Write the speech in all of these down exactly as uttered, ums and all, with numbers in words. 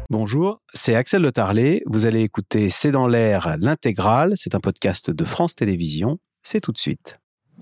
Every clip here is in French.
Bonjour, c'est Axel Le Tarlet. Vous allez écouter C'est dans l'air, l'intégrale. C'est un podcast de France Télévisions. C'est tout de suite.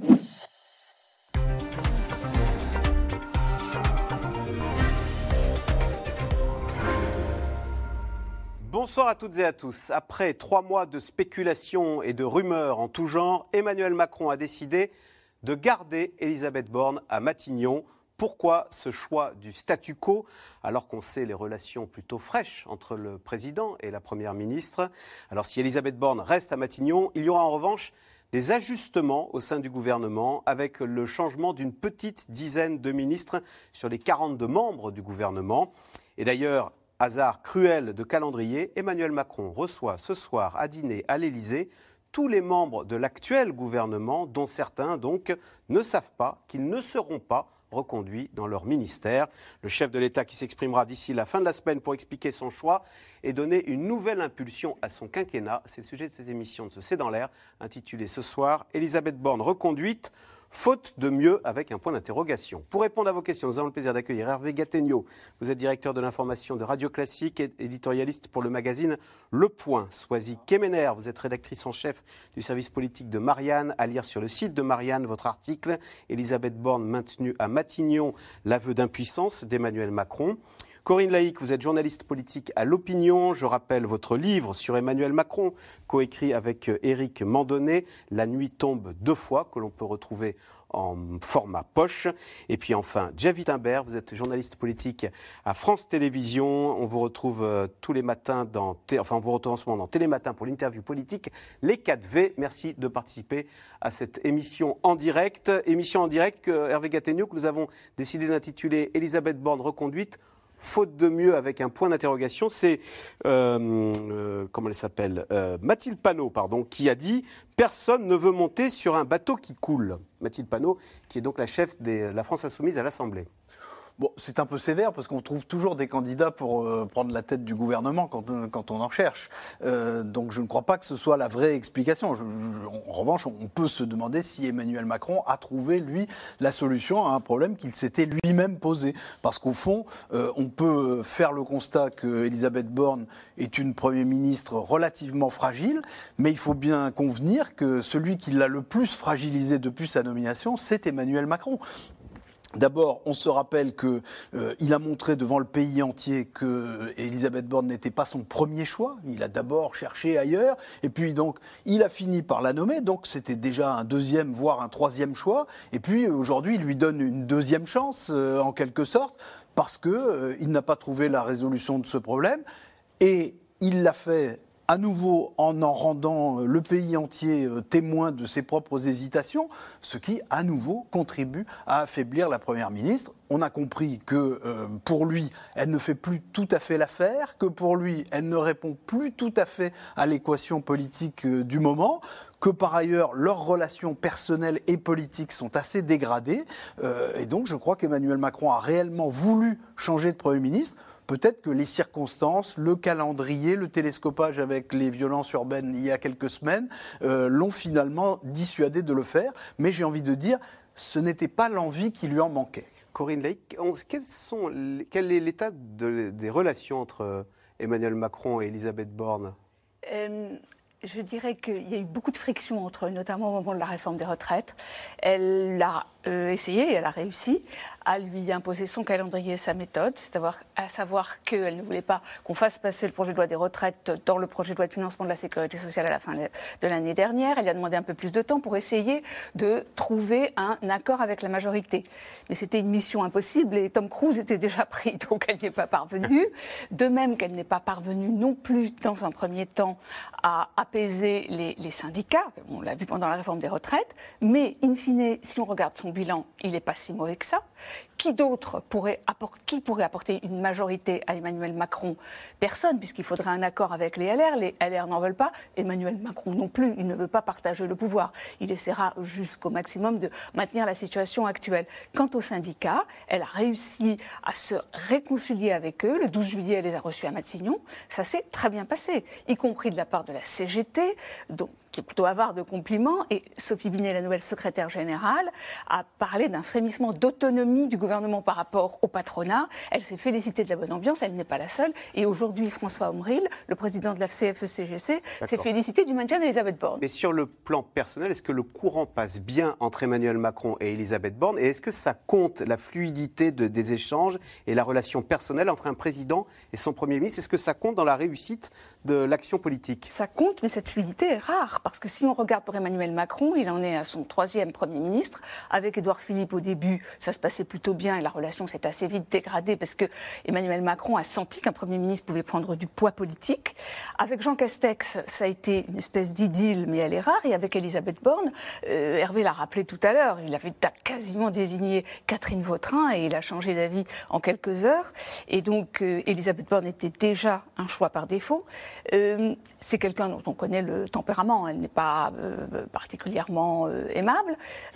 Bonsoir à toutes et à tous. Après trois mois de spéculations et de rumeurs en tout genre, Emmanuel Macron a décidé de garder Elisabeth Borne à Matignon. Pourquoi ce choix du statu quo, alors qu'on sait les relations plutôt fraîches entre le président et la première ministre? Alors si Elisabeth Borne reste à Matignon, il y aura en revanche des ajustements au sein du gouvernement avec le changement d'une petite dizaine de ministres sur les quarante-deux membres du gouvernement. Et d'ailleurs, hasard cruel de calendrier, Emmanuel Macron reçoit ce soir à dîner à l'Élysée tous les membres de l'actuel gouvernement, dont certains donc ne savent pas qu'ils ne seront pas reconduits dans leur ministère. Le chef de l'État qui s'exprimera d'ici la fin de la semaine pour expliquer son choix et donner une nouvelle impulsion à son quinquennat. C'est le sujet de cette émission de ce C'est dans l'air, intitulée ce soir « Elisabeth Borne reconduite ». Faute de mieux, avec un point d'interrogation. Pour répondre à vos questions, nous avons le plaisir d'accueillir Hervé Gattegno. Vous êtes directeur de l'information de Radio Classique et éditorialiste pour le magazine Le Point. Soisy Kemener, vous êtes rédactrice en chef du service politique de Marianne. À lire sur le site de Marianne votre article « Elisabeth Borne maintenue à Matignon, l'aveu d'impuissance d'Emmanuel Macron ». Corinne Laïc, vous êtes journaliste politique à l'Opinion. Je rappelle votre livre sur Emmanuel Macron, coécrit avec Éric Mandonnet, « La nuit tombe deux fois », que l'on peut retrouver en format poche. Et puis enfin, Javid Imbert, vous êtes journaliste politique à France Télévisions. On vous retrouve euh, tous les matins dans, enfin on vous retrouve en ce moment dans Télématin pour l'interview politique, les quatre V. Merci de participer à cette émission en direct. Émission en direct, euh, Hervé Gattegno, que nous avons décidé d'intituler « Elisabeth Borne reconduite ». Faute de mieux, avec un point d'interrogation, c'est euh, euh, comment elle s'appelle euh, Mathilde Panot, pardon, qui a dit « Personne ne veut monter sur un bateau qui coule ». Mathilde Panot, qui est donc la chef de la France Insoumise à l'Assemblée. Bon, c'est un peu sévère parce qu'on trouve toujours des candidats pour euh, prendre la tête du gouvernement quand, euh, quand on en cherche. Euh, donc je ne crois pas que ce soit la vraie explication. Je, je, en revanche, on peut se demander si Emmanuel Macron a trouvé, lui, la solution à un problème qu'il s'était lui-même posé. Parce qu'au fond, euh, on peut faire le constat que Elisabeth Borne est une Premier ministre relativement fragile, mais il faut bien convenir que celui qui l'a le plus fragilisé depuis sa nomination, c'est Emmanuel Macron. D'abord, on se rappelle qu'il euh, a montré devant le pays entier que Elisabeth Borne n'était pas son premier choix. Il a d'abord cherché ailleurs, et puis donc il a fini par la nommer. Donc c'était déjà un deuxième, voire un troisième choix. Et puis aujourd'hui, il lui donne une deuxième chance, euh, en quelque sorte, parce qu'il euh, n'a pas trouvé la résolution de ce problème. Et il l'a fait à nouveau en en rendant le pays entier témoin de ses propres hésitations, ce qui, à nouveau, contribue à affaiblir la Première ministre. On a compris que euh, pour lui, elle ne fait plus tout à fait l'affaire, que pour lui, elle ne répond plus tout à fait à l'équation politique euh, du moment, que par ailleurs, leurs relations personnelles et politiques sont assez dégradées. Euh, et donc, je crois qu'Emmanuel Macron a réellement voulu changer de Premier ministre. Peut-être que les circonstances, le calendrier, le télescopage avec les violences urbaines il y a quelques semaines euh, l'ont finalement dissuadé de le faire. Mais j'ai envie de dire, ce n'était pas l'envie qui lui en manquait. Corinne Laïc, quels sont, quel est l'état de, des relations entre Emmanuel Macron et Elisabeth Borne ? euh... Je dirais qu'il y a eu beaucoup de frictions entre eux, notamment au moment de la réforme des retraites. Elle a euh, essayé, elle a réussi à lui imposer son calendrier et sa méthode, c'est-à-dire à savoir qu'elle ne voulait pas qu'on fasse passer le projet de loi des retraites dans le projet de loi de financement de la sécurité sociale à la fin de l'année dernière. Elle lui a demandé un peu plus de temps pour essayer de trouver un accord avec la majorité. Mais c'était une mission impossible et Tom Cruise était déjà pris, donc elle n'y est pas parvenue. De même qu'elle n'est pas parvenue non plus, dans un premier temps, à apaiser les, les syndicats. On l'a vu pendant la réforme des retraites. Mais, in fine, si on regarde son bilan, il n'est pas si mauvais que ça. Qui d'autre pourrait, apport- qui pourrait apporter une majorité à Emmanuel Macron ? Personne, puisqu'il faudrait un accord avec les L R. Les L R n'en veulent pas. Emmanuel Macron non plus. Il ne veut pas partager le pouvoir. Il essaiera jusqu'au maximum de maintenir la situation actuelle. Quant aux syndicats, elle a réussi à se réconcilier avec eux. Le douze juillet, elle les a reçus à Matignon. Ça s'est très bien passé, y compris de la part de la C G T, dont qui est plutôt avare de compliments, et Sophie Binet, la nouvelle secrétaire générale, a parlé d'un frémissement d'autonomie du gouvernement par rapport au patronat. Elle s'est félicitée de la bonne ambiance, elle n'est pas la seule. Et aujourd'hui, François Omril, le président de la C F E C G C, s'est félicité du maintien d'Elisabeth Borne. Mais sur le plan personnel, est-ce que le courant passe bien entre Emmanuel Macron et Elisabeth Borne? Et est-ce que ça compte la fluidité de, des échanges et la relation personnelle entre un président et son Premier ministre? Est-ce que ça compte dans la réussite de l'action politique? Ça compte, mais cette fluidité est rare. Parce que si on regarde pour Emmanuel Macron, il en est à son troisième Premier ministre. Avec Édouard Philippe, au début, ça se passait plutôt bien et la relation s'est assez vite dégradée parce que Emmanuel Macron a senti qu'un Premier ministre pouvait prendre du poids politique. Avec Jean Castex, ça a été une espèce d'idylle, mais elle est rare. Et avec Elisabeth Borne, euh, Hervé l'a rappelé tout à l'heure, il avait quasiment désigné Catherine Vautrin et il a changé d'avis en quelques heures. Et donc, euh, Elisabeth Borne était déjà un choix par défaut. Euh, c'est quelqu'un dont on connaît le tempérament. Elle n'est pas euh, particulièrement euh, aimable.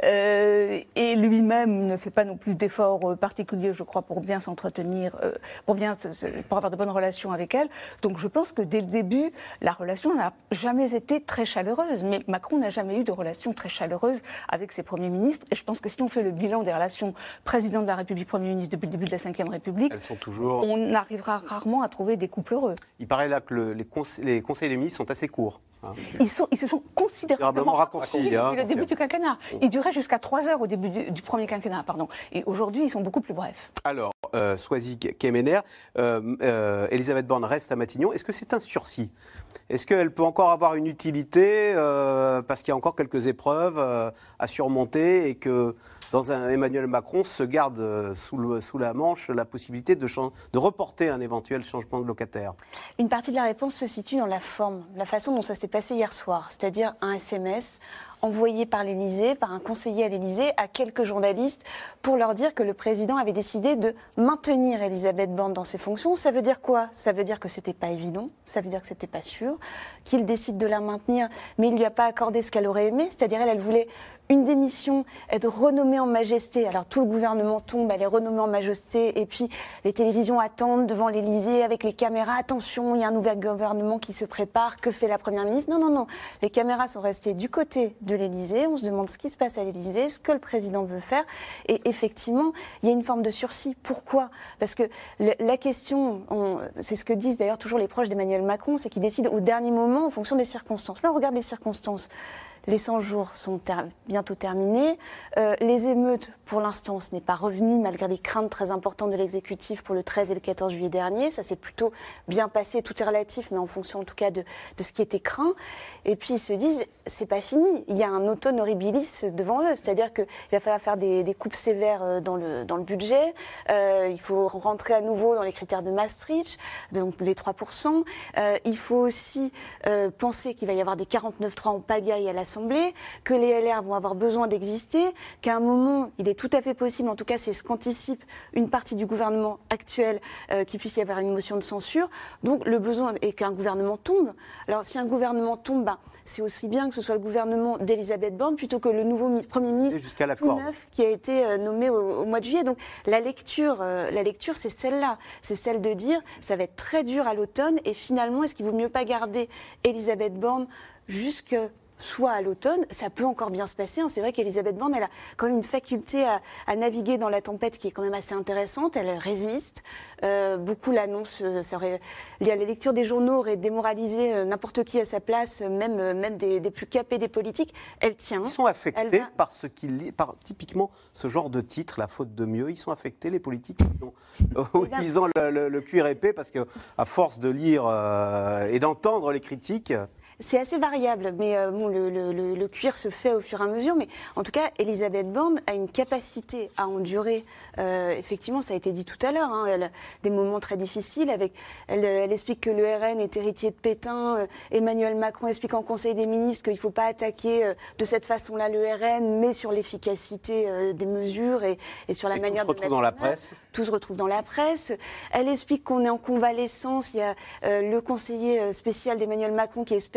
Euh, et lui-même ne fait pas non plus d'efforts euh, particuliers, je crois, pour bien s'entretenir, euh, pour, bien, pour avoir de bonnes relations avec elle. Donc je pense que dès le début, la relation n'a jamais été très chaleureuse. Mais Macron n'a jamais eu de relation très chaleureuse avec ses premiers ministres. Et je pense que si on fait le bilan des relations président de la République, Premier ministre depuis le début de la cinquième République, elles sont toujours... on arrivera rarement à trouver des couples heureux. Il paraît là que le, les, conse- les conseils des ministres sont assez courts. Hein. Ils, sont, ils se sont considérablement raccourcis depuis hein, le début du quinquennat. Ils duraient jusqu'à trois heures au début du, du premier quinquennat. Pardon. Et aujourd'hui, ils sont beaucoup plus brefs. Alors, euh, Soisig Kemener, euh, euh, Elisabeth Borne reste à Matignon. Est-ce que c'est un sursis? Est-ce qu'elle peut encore avoir une utilité euh, parce qu'il y a encore quelques épreuves euh, à surmonter et que dans un Emmanuel Macron se garde euh, sous, le, sous la manche la possibilité de, chan- de reporter un éventuel changement de locataire? Une partie de la réponse se situe dans la forme, la façon dont ça s'est passé hier soir, c'est-à-dire un S M S envoyé par l'Élysée, par un conseiller à l'Élysée, à quelques journalistes pour leur dire que le président avait décidé de maintenir Elisabeth Borne dans ses fonctions. Ça veut dire quoi? Ça veut dire que c'était pas évident, ça veut dire que c'était pas sûr, qu'il décide de la maintenir, mais il lui a pas accordé ce qu'elle aurait aimé, c'est-à-dire elle, elle voulait une démission, être renommée en majesté. Alors tout le gouvernement tombe, elle est renommée en majesté, et puis les télévisions attendent devant l'Élysée avec les caméras. Attention, il y a un nouvel gouvernement qui se prépare. Que fait la première ministre? Non, non, non. Les caméras sont restées du côté de l'Élysée. On se demande ce qui se passe à l'Élysée, ce que le président veut faire. Et effectivement, il y a une forme de sursis. Pourquoi? Parce que le, la question, on, c'est ce que disent d'ailleurs toujours les proches d'Emmanuel Macron, c'est qu'il décide au dernier moment en fonction des circonstances. Là, on regarde les circonstances. Les cent jours sont ter- bientôt terminés. Euh, les émeutes, pour l'instant, ce n'est pas revenu, malgré des craintes très importantes de l'exécutif pour le treize et le quatorze juillet dernier. Ça s'est plutôt bien passé, tout est relatif, mais en fonction en tout cas de, de ce qui était craint. Et puis ils se disent, c'est pas fini. Il y a un automne horribilis devant eux. C'est-à-dire qu'il va falloir faire des, des coupes sévères dans le, dans le budget. Euh, il faut rentrer à nouveau dans les critères de Maastricht, donc les trois pour cent. Euh, il faut aussi euh, penser qu'il va y avoir des quarante-neuf trois en pagaille à l'Assemblée, que les L R vont avoir besoin d'exister, qu'à un moment, il est tout à fait possible, en tout cas c'est ce qu'anticipe une partie du gouvernement actuel, euh, qu'il puisse y avoir une motion de censure. Donc le besoin est qu'un gouvernement tombe. Alors si un gouvernement tombe, ben, c'est aussi bien que ce soit le gouvernement d'Elisabeth Borne plutôt que le nouveau mi- Premier ministre tout neuf qui a été euh, nommé au, au mois de juillet. Donc la lecture, euh, la lecture, c'est celle-là. C'est celle de dire ça va être très dur à l'automne et finalement, est-ce qu'il vaut mieux pas garder Elisabeth Borne jusque soit à l'automne, ça peut encore bien se passer. Hein. C'est vrai qu'Elisabeth Borne, elle a quand même une faculté à, à naviguer dans la tempête qui est quand même assez intéressante. Elle résiste. Euh, beaucoup l'annoncent. Euh, ça aurait, la lecture des journaux aurait démoralisé euh, n'importe qui à sa place, même, euh, même des, des plus capés des politiques. Elle tient. Ils sont affectés va... par ce qu'ils, par typiquement ce genre de titre, la faute de mieux. Ils sont affectés, les politiques. Ils ont, euh, ils ont le, le, le cuir épais parce que, à force de lire euh, et d'entendre les critiques. C'est assez variable, mais euh, bon, le, le, le cuir se fait au fur et à mesure. Mais en tout cas, Elisabeth Borne a une capacité à endurer. Euh, effectivement, ça a été dit tout à l'heure. Hein, elle a des moments très difficiles. Avec, elle, elle explique que le R N est héritier de Pétain. Euh, Emmanuel Macron explique en Conseil des ministres qu'il ne faut pas attaquer euh, de cette façon-là le R N, mais sur l'efficacité euh, des mesures et, et sur la et manière tout se retrouve dans la presse. Tout se retrouve dans la presse. Elle explique qu'on est en convalescence. Il y a euh, le conseiller spécial d'Emmanuel Macron qui explique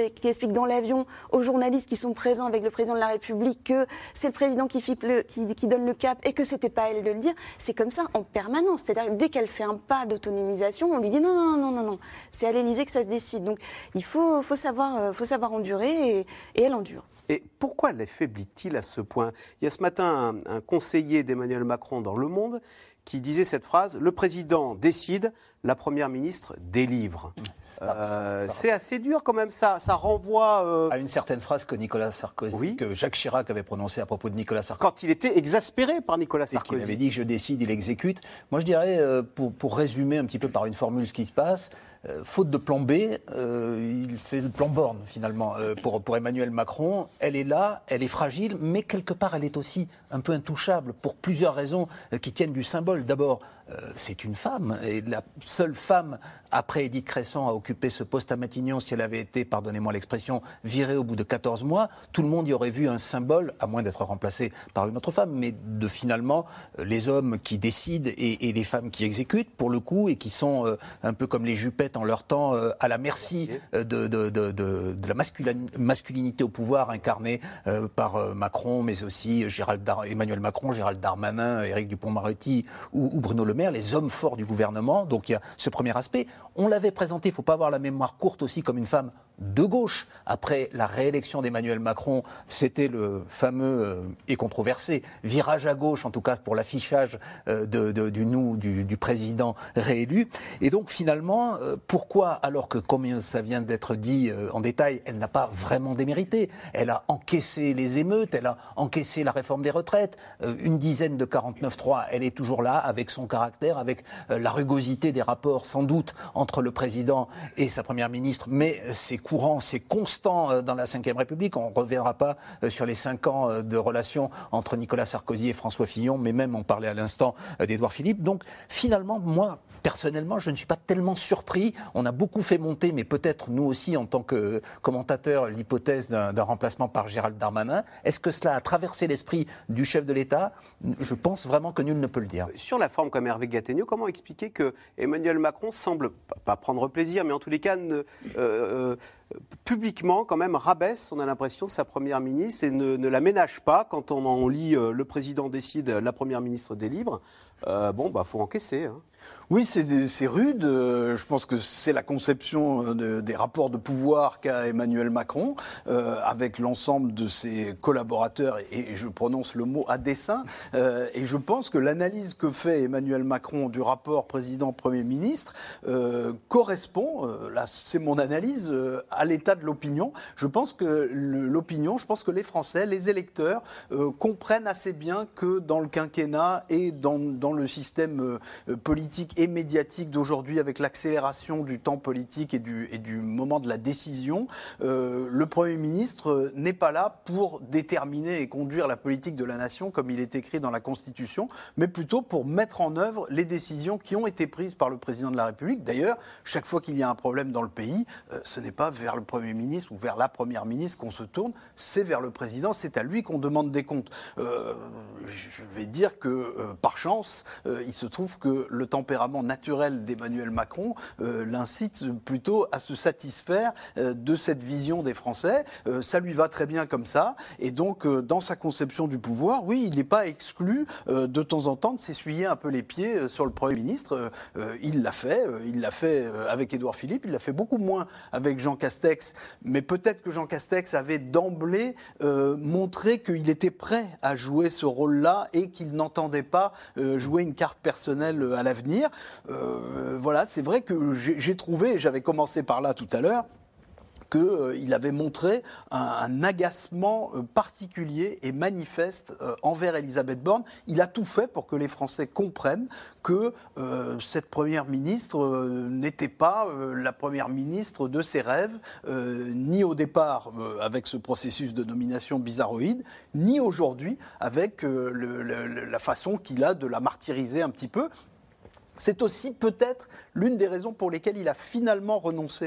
qui explique dans l'avion aux journalistes qui sont présents avec le président de la République que c'est le président qui, le, qui, qui donne le cap et que c'était pas à elle de le dire. C'est comme ça en permanence. C'est-à-dire dès qu'elle fait un pas d'autonomisation, on lui dit non, non, non, non, non. C'est à l'Élysée que ça se décide. Donc il faut, faut, savoir, faut savoir endurer et, et elle endure. Et pourquoi l'affaiblit-il à ce point? Il y a ce matin un, un conseiller d'Emmanuel Macron dans Le Monde qui disait cette phrase « Le président décide, la première ministre délivre ». Euh, c'est assez dur quand même, ça, ça renvoie... Euh... à une certaine phrase que Nicolas Sarkozy, oui. que Jacques Chirac avait prononcée à propos de Nicolas Sarkozy. Quand il était exaspéré par Nicolas Sarkozy. Et qu'il avait dit « je décide, il exécute ». Moi je dirais, euh, pour, pour résumer un petit peu par une formule ce qui se passe, Euh, faute de plan B, euh, c'est le plan Borne finalement euh, pour, pour Emmanuel Macron. Elle est là, elle est fragile, mais quelque part elle est aussi un peu intouchable pour plusieurs raisons euh, qui tiennent du symbole. D'abord, euh, c'est une femme, et la seule femme après Édith Cresson à occuper ce poste à Matignon, si elle avait été, pardonnez-moi l'expression, virée au bout de quatorze mois, tout le monde y aurait vu un symbole, à moins d'être remplacé par une autre femme, mais de finalement euh, les hommes qui décident et, et les femmes qui exécutent pour le coup et qui sont euh, un peu comme les jupettes en leur temps euh, à la merci euh, de, de, de, de, de la masculin, masculinité au pouvoir incarnée euh, par euh, Macron, mais aussi Gérald Dar- Emmanuel Macron, Gérald Darmanin, Éric Dupond-Moretti ou, ou Bruno Le Maire, les hommes forts du gouvernement. Donc il y a ce premier aspect. On l'avait présenté, il ne faut pas avoir la mémoire courte aussi, comme une femme de gauche. Après la réélection d'Emmanuel Macron, c'était le fameux euh, et controversé virage à gauche, en tout cas pour l'affichage euh, de, de, du, nous, du, du président réélu. Et donc finalement, euh, pourquoi, alors que comme ça vient d'être dit euh, en détail, elle n'a pas vraiment démérité. Elle a encaissé les émeutes, elle a encaissé la réforme des retraites, euh, une dizaine de quarante-neuf trois, elle est toujours là avec son caractère, avec euh, la rugosité des rapports sans doute entre le président et sa première ministre, mais c'est courant, c'est constant dans la cinquième République. On ne reviendra pas sur les cinq ans de relations entre Nicolas Sarkozy et François Fillon, mais même on parlait à l'instant d'Édouard Philippe. Donc finalement, moi, personnellement, je ne suis pas tellement surpris. On a beaucoup fait monter, mais peut-être nous aussi, en tant que commentateurs, l'hypothèse d'un, d'un remplacement par Gérald Darmanin. Est-ce que cela a traversé l'esprit du chef de l'État? Je pense vraiment que nul ne peut le dire. Sur la forme, comme Hervé Gattegno, comment expliquer que Emmanuel Macron semble pas prendre plaisir, mais en tous les cas, ne, euh, publiquement, quand même, rabaisse, on a l'impression, sa première ministre et ne, ne la ménage pas quand on en lit euh, le président décide, la première ministre délivre. Euh, bon, bah, faut encaisser. Hein. Oui, c'est, c'est rude. Je pense que c'est la conception de, des rapports de pouvoir qu'a Emmanuel Macron euh, avec l'ensemble de ses collaborateurs, et, et je prononce le mot à dessein. Euh, et je pense que l'analyse que fait Emmanuel Macron du rapport président-premier ministre euh, correspond, euh, là c'est mon analyse, euh, à l'état de l'opinion. Je pense que le, l'opinion, je pense que les Français, les électeurs euh, comprennent assez bien que dans le quinquennat et dans, dans le système euh, politique et médiatique d'aujourd'hui, avec l'accélération du temps politique et du, et du moment de la décision, euh, le Premier ministre n'est pas là pour déterminer et conduire la politique de la nation comme il est écrit dans la Constitution, mais plutôt pour mettre en œuvre les décisions qui ont été prises par le Président de la République. D'ailleurs, chaque fois qu'il y a un problème dans le pays, euh, ce n'est pas vers le Premier ministre ou vers la Première ministre qu'on se tourne, c'est vers le Président, c'est à lui qu'on demande des comptes. Euh, je vais dire que, euh, par chance, euh, il se trouve que le tempérament naturel d'Emmanuel Macron euh, l'incite plutôt à se satisfaire euh, de cette vision des Français. Euh, ça lui va très bien comme ça. Et donc, euh, dans sa conception du pouvoir, oui, il n'est pas exclu euh, de temps en temps de s'essuyer un peu les pieds euh, sur le Premier ministre. Euh, il l'a fait. Euh, il l'a fait euh, avec Édouard Philippe. Il l'a fait beaucoup moins avec Jean Castex. Mais peut-être que Jean Castex avait d'emblée euh, montré qu'il était prêt à jouer ce rôle-là et qu'il n'entendait pas euh, jouer une carte personnelle à l'avenir. Euh, voilà, c'est vrai que j'ai, j'ai trouvé, j'avais commencé par là tout à l'heure, qu'il euh, avait montré un, un agacement euh, particulier et manifeste euh, envers Elisabeth Borne. Il a tout fait pour que les Français comprennent que euh, cette première ministre euh, n'était pas euh, la première ministre de ses rêves, euh, ni au départ euh, avec ce processus de nomination bizarroïde, ni aujourd'hui avec euh, le, le, la façon qu'il a de la martyriser un petit peu. C'est aussi peut-être l'une des raisons pour lesquelles il a finalement renoncé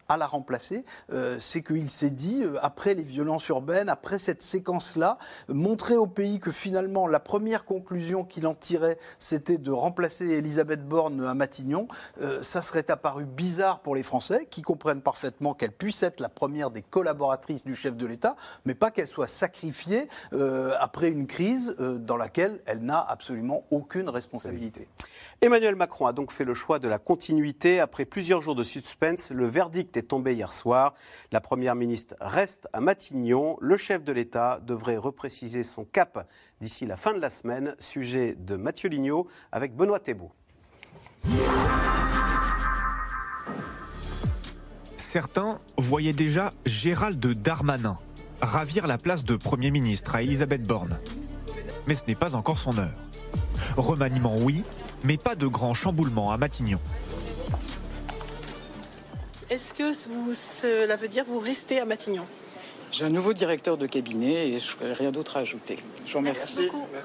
à la remplacer, euh, c'est qu'il s'est dit, euh, après les violences urbaines, après cette séquence-là, euh, montrer au pays que finalement la première conclusion qu'il en tirait, c'était de remplacer Elisabeth Borne à Matignon. Euh, ça serait apparu bizarre pour les Français, qui comprennent parfaitement qu'elle puisse être la première des collaboratrices du chef de l'État, mais pas qu'elle soit sacrifiée euh, après une crise euh, dans laquelle elle n'a absolument aucune responsabilité. Emmanuel Macron a donc fait le choix de la continuité. Après plusieurs jours de suspense, le verdict est tombé hier soir. La Première ministre reste à Matignon. Le chef de l'État devrait repréciser son cap d'ici la fin de la semaine. Sujet de Mathieu Lignot avec Benoît Thébault. Certains voyaient déjà Gérald Darmanin ravir la place de Premier ministre à Elisabeth Borne. Mais ce n'est pas encore son heure. Remaniement, oui, mais pas de grand chamboulement à Matignon. Est-ce que vous, cela veut dire que vous restez à Matignon ? J'ai un nouveau directeur de cabinet et je n'ai rien d'autre à ajouter. Je vous remercie. Merci beaucoup.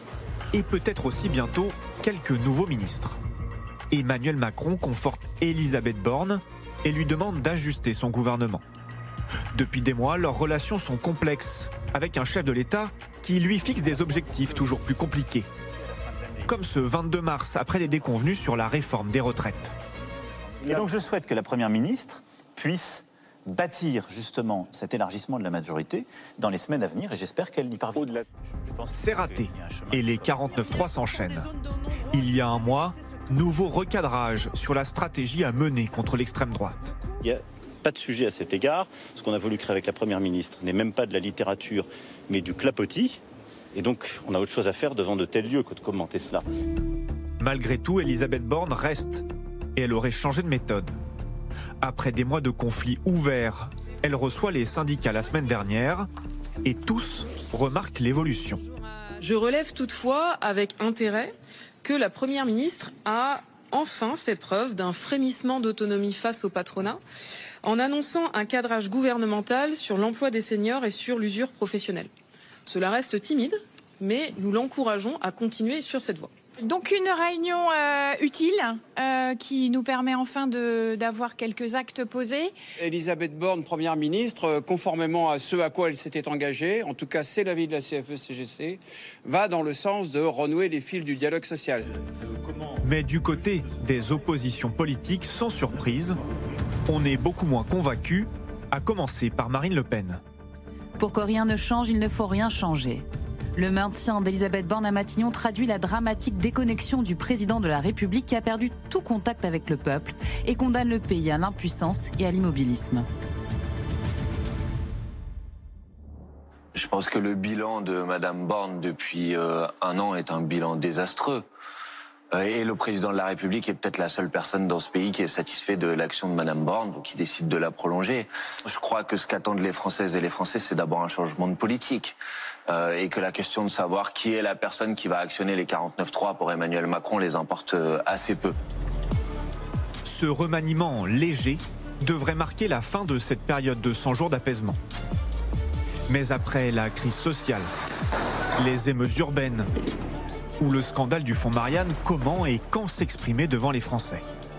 Et peut-être aussi bientôt quelques nouveaux ministres. Emmanuel Macron conforte Elisabeth Borne et lui demande d'ajuster son gouvernement. Depuis des mois, leurs relations sont complexes, avec un chef de l'État qui lui fixe des objectifs toujours plus compliqués. Comme ce vingt-deux mars, après des déconvenues sur la réforme des retraites. Et donc je souhaite que la Première ministre puisse bâtir justement cet élargissement de la majorité dans les semaines à venir et j'espère qu'elle y parviendra. C'est raté et les quarante-neuf trois s'enchaînent. Il y a un mois, nouveau recadrage sur la stratégie à mener contre l'extrême droite. Il n'y a pas de sujet à cet égard. Ce qu'on a voulu créer avec la Première ministre n'est même pas de la littérature mais du clapotis. Et donc on a autre chose à faire devant de tels lieux que de commenter cela. Malgré tout, Elisabeth Borne reste et elle aurait changé de méthode. Après des mois de conflits ouverts, elle reçoit les syndicats la semaine dernière et tous remarquent l'évolution. Je relève toutefois avec intérêt que la Première ministre a enfin fait preuve d'un frémissement d'autonomie face au patronat en annonçant un cadrage gouvernemental sur l'emploi des seniors et sur l'usure professionnelle. Cela reste timide, mais nous l'encourageons à continuer sur cette voie. Donc une réunion euh, utile euh, qui nous permet enfin de, d'avoir quelques actes posés. Elisabeth Borne, Première ministre, conformément à ce à quoi elle s'était engagée, en tout cas c'est l'avis de la C F E C G C, va dans le sens de renouer les fils du dialogue social. Mais du côté des oppositions politiques, sans surprise, on est beaucoup moins convaincu, à commencer par Marine Le Pen. Pour que rien ne change, il ne faut rien changer. Le maintien d'Elisabeth Borne à Matignon traduit la dramatique déconnexion du président de la République qui a perdu tout contact avec le peuple et condamne le pays à l'impuissance et à l'immobilisme. Je pense que le bilan de Madame Borne depuis euh, un an est un bilan désastreux. Euh, et le président de la République est peut-être la seule personne dans ce pays qui est satisfait de l'action de Madame Borne, donc qui décide de la prolonger. Je crois que ce qu'attendent les Françaises et les Français, c'est d'abord un changement de politique. Euh, et que la question de savoir qui est la personne qui va actionner les quarante-neuf trois pour Emmanuel Macron les importe euh, assez peu. Ce remaniement léger devrait marquer la fin de cette période de cent jours d'apaisement. Mais après la crise sociale, les émeutes urbaines ou le scandale du fonds Marianne, comment et quand s'exprimer devant les Français ?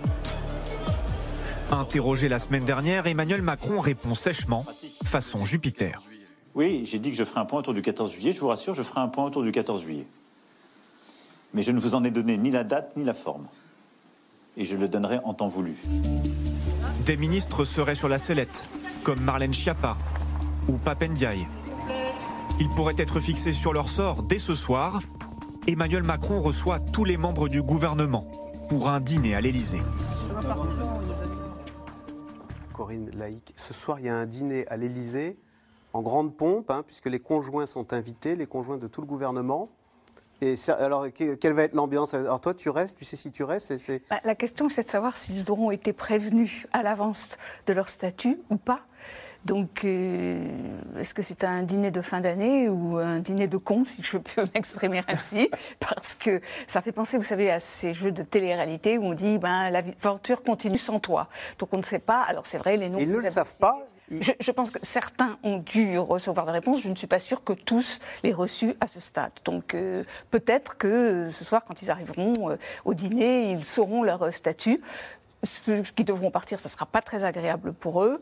Interrogé la semaine dernière, Emmanuel Macron répond sèchement, façon Jupiter. Oui, j'ai dit que je ferai un point autour du quatorze juillet. Je vous rassure, je ferai un point autour du quatorze juillet. Mais je ne vous en ai donné ni la date ni la forme. Et je le donnerai en temps voulu. Des ministres seraient sur la sellette, comme Marlène Schiappa ou Pape Ndiaye. Ils pourraient être fixés sur leur sort dès ce soir. Emmanuel Macron reçoit tous les membres du gouvernement pour un dîner à l'Élysée. Corinne Laïc, ce soir, il y a un dîner à l'Élysée. En grande pompe, hein, puisque les conjoints sont invités, les conjoints de tout le gouvernement. Et alors, quelle va être l'ambiance ? Alors toi, tu restes, tu sais si tu restes c'est, c'est... Bah, la question, c'est de savoir s'ils auront été prévenus à l'avance de leur statut ou pas. Donc, euh, est-ce que c'est un dîner de fin d'année ou un dîner de cons, si je peux m'exprimer ainsi ? Parce que ça fait penser, vous savez, à ces jeux de télé-réalité où on dit ben, « l'aventure continue sans toi ». Donc on ne sait pas. Alors c'est vrai, les noms... Ils ne le savent pas. Je, je pense que certains ont dû recevoir des réponses. Je ne suis pas sûre que tous les reçus à ce stade. Donc euh, peut-être que ce soir, quand ils arriveront euh, au dîner, ils sauront leur statut. ceux qui devront partir, ça ne sera pas très agréable pour eux.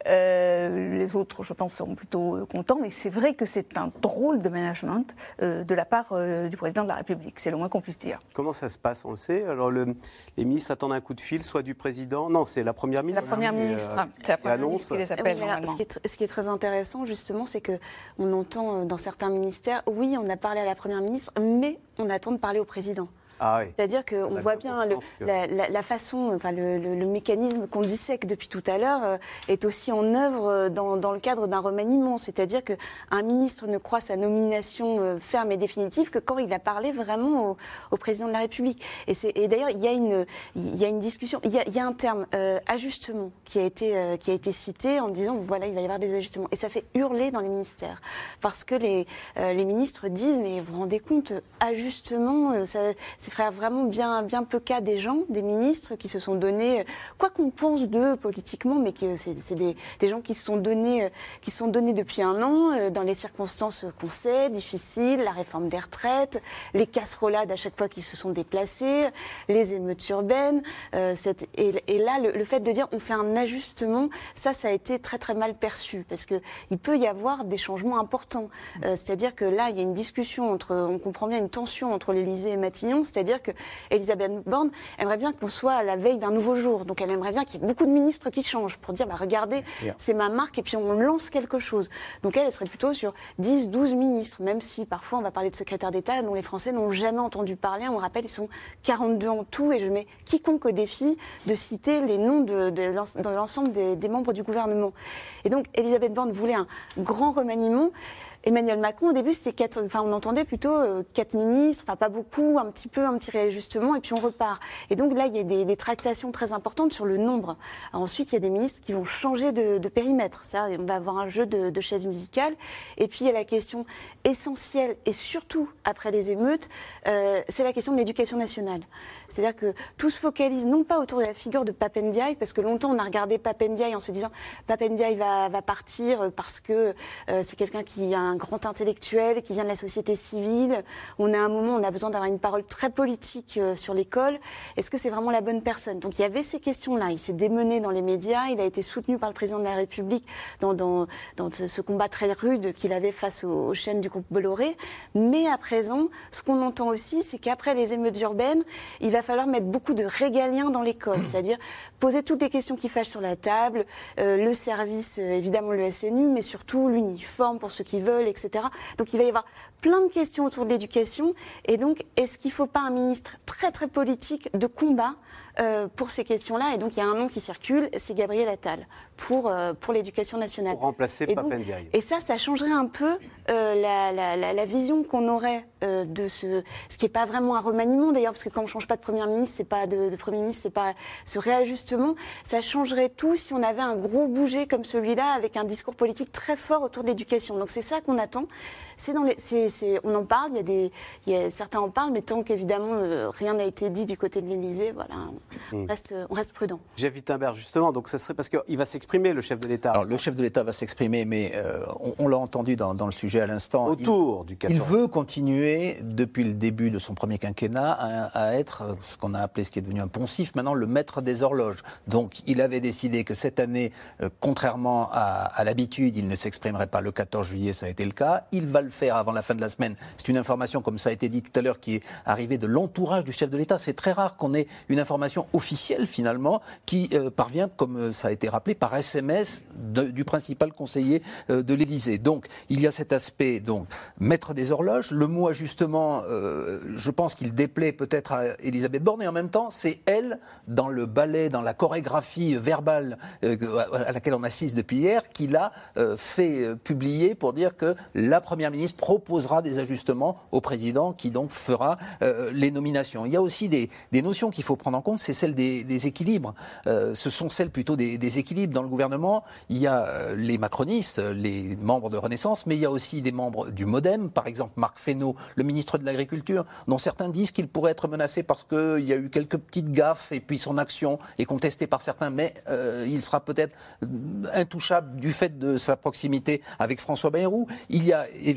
Euh, les autres, je pense, seront plutôt contents. Mais c'est vrai que c'est un drôle de management euh, de la part euh, du président de la République. C'est le moins qu'on puisse dire. Comment ça se passe, on le sait? Alors, le, les ministres attendent un coup de fil, soit du président. Non, c'est la première ministre. La première ministre. Euh, c'est la première annonce. ministre qui les appelle. Oui, alors, ce, qui est, ce qui est très intéressant, justement, c'est qu'on entend dans certains ministères, oui, on a parlé à la première ministre, mais on attend de parler au président. Ah oui. C'est-à-dire qu'on voit bien le, que... la, la, la façon, enfin le, le, le mécanisme qu'on dissèque depuis tout à l'heure euh, est aussi en œuvre dans, dans le cadre d'un remaniement. C'est-à-dire qu'un ministre ne croit sa nomination euh, ferme et définitive que quand il a parlé vraiment au, au président de la République. Et, et d'ailleurs, il y a une, il y a une discussion, il y a, il y a un terme euh, ajustement qui a été euh, qui a été cité en disant voilà, il va y avoir des ajustements. Et ça fait hurler dans les ministères parce que les euh, les ministres disent mais vous vous rendez compte, ajustement, euh, ça c'est ferait vraiment bien, bien peu cas des gens, des ministres qui se sont donnés, quoi qu'on pense d'eux politiquement, mais que c'est, c'est des, des gens qui se sont donnés, qui se sont donnés depuis un an, dans les circonstances qu'on sait, difficiles, la réforme des retraites, les casserolades à chaque fois qui se sont déplacées, les émeutes urbaines, euh, cette, et, et là, le, le fait de dire on fait un ajustement, ça, ça a été très très mal perçu, parce que il peut y avoir des changements importants. Euh, c'est-à-dire que là, il y a une discussion entre, on comprend bien une tension entre l'Élysée et Matignon, c'est-à-dire que Elisabeth Borne aimerait bien qu'on soit à la veille d'un nouveau jour. Donc elle aimerait bien qu'il y ait beaucoup de ministres qui changent pour dire bah, regardez, c'est ma marque et puis on lance quelque chose. Donc elle, elle serait plutôt sur dix, douze ministres, même si parfois on va parler de secrétaires d'État dont les Français n'ont jamais entendu parler. On me rappelle, ils sont quarante-deux en tout et je mets quiconque au défi de citer les noms de, de, de l'ensemble des, des membres du gouvernement. Et donc Elisabeth Borne voulait un grand remaniement. Emmanuel Macron, au début, c'était quatre, enfin, on entendait plutôt euh, quatre ministres, enfin, pas beaucoup, un petit peu, un petit réajustement, et puis on repart. Et donc là, il y a des, des tractations très importantes sur le nombre. Alors, ensuite, il y a des ministres qui vont changer de, de périmètre. Ça, on va avoir un jeu de, de chaises musicales. Et puis, il y a la question essentielle, et surtout après les émeutes, euh, c'est la question de l'éducation nationale. C'est-à-dire que tout se focalise non pas autour de la figure de Pape Ndiaye, parce que longtemps, on a regardé Pape Ndiaye en se disant Pape Ndiaye va, va partir parce que euh, c'est quelqu'un qui a un grand intellectuel, qui vient de la société civile. On a un moment, on a besoin d'avoir une parole très politique euh, sur l'école. Est-ce que c'est vraiment la bonne personne? Donc il y avait ces questions-là. Il s'est démené dans les médias. Il a été soutenu par le président de la République dans, dans, dans ce combat très rude qu'il avait face aux, aux chaînes du groupe Bolloré. Mais à présent, ce qu'on entend aussi, c'est qu'après les émeutes urbaines, il va falloir mettre beaucoup de régaliens dans l'école. C'est-à-dire poser toutes les questions qui fâchent sur la table, euh, le service, euh, évidemment le S N U, mais surtout l'uniforme pour ceux qui veulent, et cetera. Donc il va y avoir plein de questions autour de l'éducation. Et donc, est-ce qu'il ne faut pas un ministre très très politique de combat euh, pour ces questions-là? Et donc il y a un nom qui circule, c'est Gabriel Attal pour, euh, pour l'éducation nationale. Pour remplacer Pape Ndiaye. Et ça, ça changerait un peu euh, la, la, la, la vision qu'on aurait euh, de ce... Ce qui n'est pas vraiment un remaniement d'ailleurs, parce que quand on ne change pas de Premier ministre, c'est pas de, de Premier ministre, c'est pas ce réajustement. Ça changerait tout si on avait un gros bouger comme celui-là, avec un discours politique très fort autour de l'éducation. Donc c'est ça qu'on attend. C'est dans les, c'est, c'est, on en parle, il y a des, il y a, certains en parlent, mais tant qu'évidemment euh, rien n'a été dit du côté de l'Élysée, voilà, on, mmh. reste, on reste prudent. Jeff Wittenberg, justement, donc ce serait parce qu'il va s'exprimer, le chef de l'État. Alors le chef de l'État va s'exprimer, mais euh, on, on l'a entendu dans, dans le sujet à l'instant. Autour il, du quatorze. Il veut continuer, depuis le début de son premier quinquennat, à, à être ce qu'on a appelé, ce qui est devenu un poncif, maintenant le maître des horloges. Donc il avait décidé que cette année, euh, contrairement à, à l'habitude, il ne s'exprimerait pas le quatorze juillet, ça a été le cas. Il va le faire avant la fin de la semaine. C'est une information, comme ça a été dit tout à l'heure, qui est arrivée de l'entourage du chef de l'État. C'est très rare qu'on ait une information officielle, finalement, qui euh, parvient, comme ça a été rappelé, par S M S de, du principal conseiller euh, de l'Élysée. Donc, il y a cet aspect, donc, maître des horloges. Le mot ajustement, euh, je pense qu'il déplaît peut-être à Elisabeth Borne, et en même temps, c'est elle, dans le ballet, dans la chorégraphie verbale euh, à laquelle on assiste depuis hier, qui l'a euh, fait euh, publier pour dire que la Première ministre proposera des ajustements au président qui donc fera euh, les nominations. Il y a aussi des, des notions qu'il faut prendre en compte, c'est celle des, des équilibres. Euh, ce sont celles plutôt des, des équilibres. Dans le gouvernement, il y a euh, les macronistes, les membres de Renaissance, mais il y a aussi des membres du MoDem, par exemple Marc Fesneau, le ministre de l'Agriculture, dont certains disent qu'il pourrait être menacé parce qu'il y a eu quelques petites gaffes et puis son action est contestée par certains, mais euh, il sera peut-être intouchable du fait de sa proximité avec François Bayrou. Il y a évidemment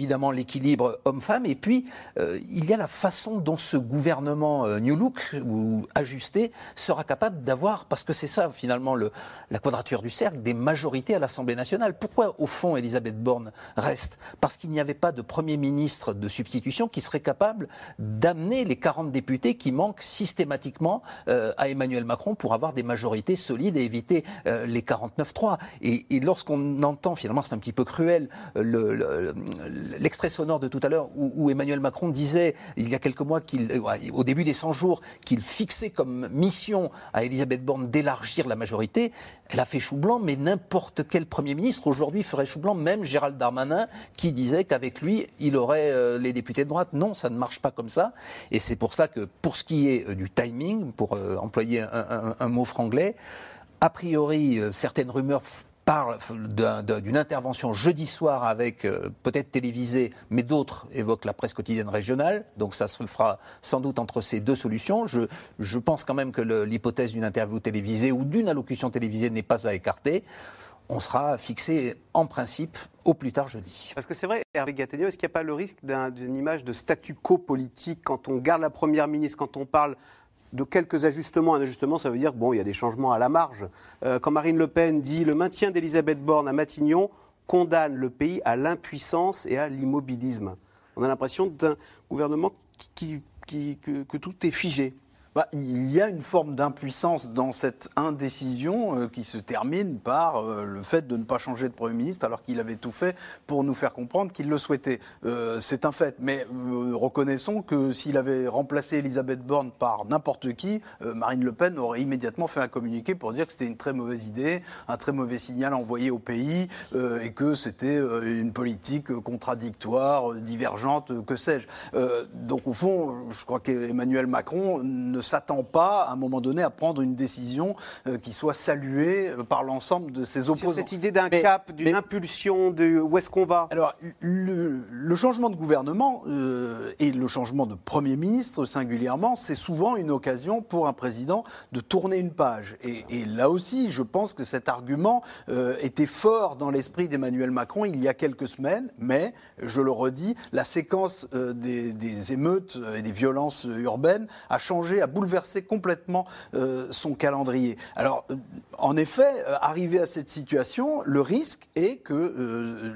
évidemment l'équilibre homme-femme, et puis euh, il y a la façon dont ce gouvernement euh, New Look, ou ajusté, sera capable d'avoir, parce que c'est ça finalement le, la quadrature du cercle, des majorités à l'Assemblée nationale. Pourquoi au fond Elisabeth Borne reste? Parce qu'il n'y avait pas de Premier ministre de substitution qui serait capable d'amener les quarante députés qui manquent systématiquement euh, à Emmanuel Macron pour avoir des majorités solides et éviter euh, les quarante-neuf trois. Et, et lorsqu'on entend, finalement c'est un petit peu cruel, le, le, l'extrait sonore de tout à l'heure où, où Emmanuel Macron disait il y a quelques mois, qu'il, euh, au début des cent jours, qu'il fixait comme mission à Elisabeth Borne d'élargir la majorité, elle a fait chou blanc, mais n'importe quel Premier ministre aujourd'hui ferait chou blanc, même Gérald Darmanin qui disait qu'avec lui, il aurait euh, les députés de droite. Non, ça ne marche pas comme ça. Et c'est pour ça que, pour ce qui est euh, du timing, pour euh, employer un, un, un mot franglais, a priori, euh, certaines rumeurs f- parlent d'un, d'un, d'une intervention jeudi soir avec, euh, peut-être télévisée, mais d'autres évoquent la presse quotidienne régionale. Donc ça se fera sans doute entre ces deux solutions. Je, je pense quand même que le, l'hypothèse d'une interview télévisée ou d'une allocution télévisée n'est pas à écarter. On sera fixé en principe au plus tard jeudi. Parce que c'est vrai, Hervé Gattegno, est-ce qu'il n'y a pas le risque d'un, d'une image de statu quo politique quand on garde la Première ministre, quand on parle de quelques ajustements? Un ajustement, ça veut dire bon, il y a des changements à la marge. Euh, quand Marine Le Pen dit le maintien d'Elisabeth Borne à Matignon condamne le pays à l'impuissance et à l'immobilisme. On a l'impression d'un gouvernement qui, qui, que, que tout est figé. Bah, il y a une forme d'impuissance dans cette indécision euh, qui se termine par euh, le fait de ne pas changer de Premier ministre alors qu'il avait tout fait pour nous faire comprendre qu'il le souhaitait. Euh, c'est un fait. Mais euh, reconnaissons que s'il avait remplacé Elisabeth Borne par n'importe qui, euh, Marine Le Pen aurait immédiatement fait un communiqué pour dire que c'était une très mauvaise idée, un très mauvais signal envoyé au pays euh, et que c'était euh, une politique contradictoire, divergente, que sais-je. Euh, donc au fond, je crois qu'Emmanuel Macron ne s'attend pas, à un moment donné, à prendre une décision euh, qui soit saluée par l'ensemble de ses opposants. Sur cette idée d'un mais, cap, d'une mais, impulsion, de où est-ce qu'on va? Alors, le, le changement de gouvernement euh, et le changement de Premier ministre, singulièrement, c'est souvent une occasion pour un président de tourner une page. Et, et là aussi, je pense que cet argument euh, était fort dans l'esprit d'Emmanuel Macron il y a quelques semaines, mais, je le redis, la séquence euh, des, des émeutes et des violences urbaines a changé, a bouleversé complètement euh, son calendrier. Alors, euh, en effet, euh, arrivé à cette situation, le risque est que euh,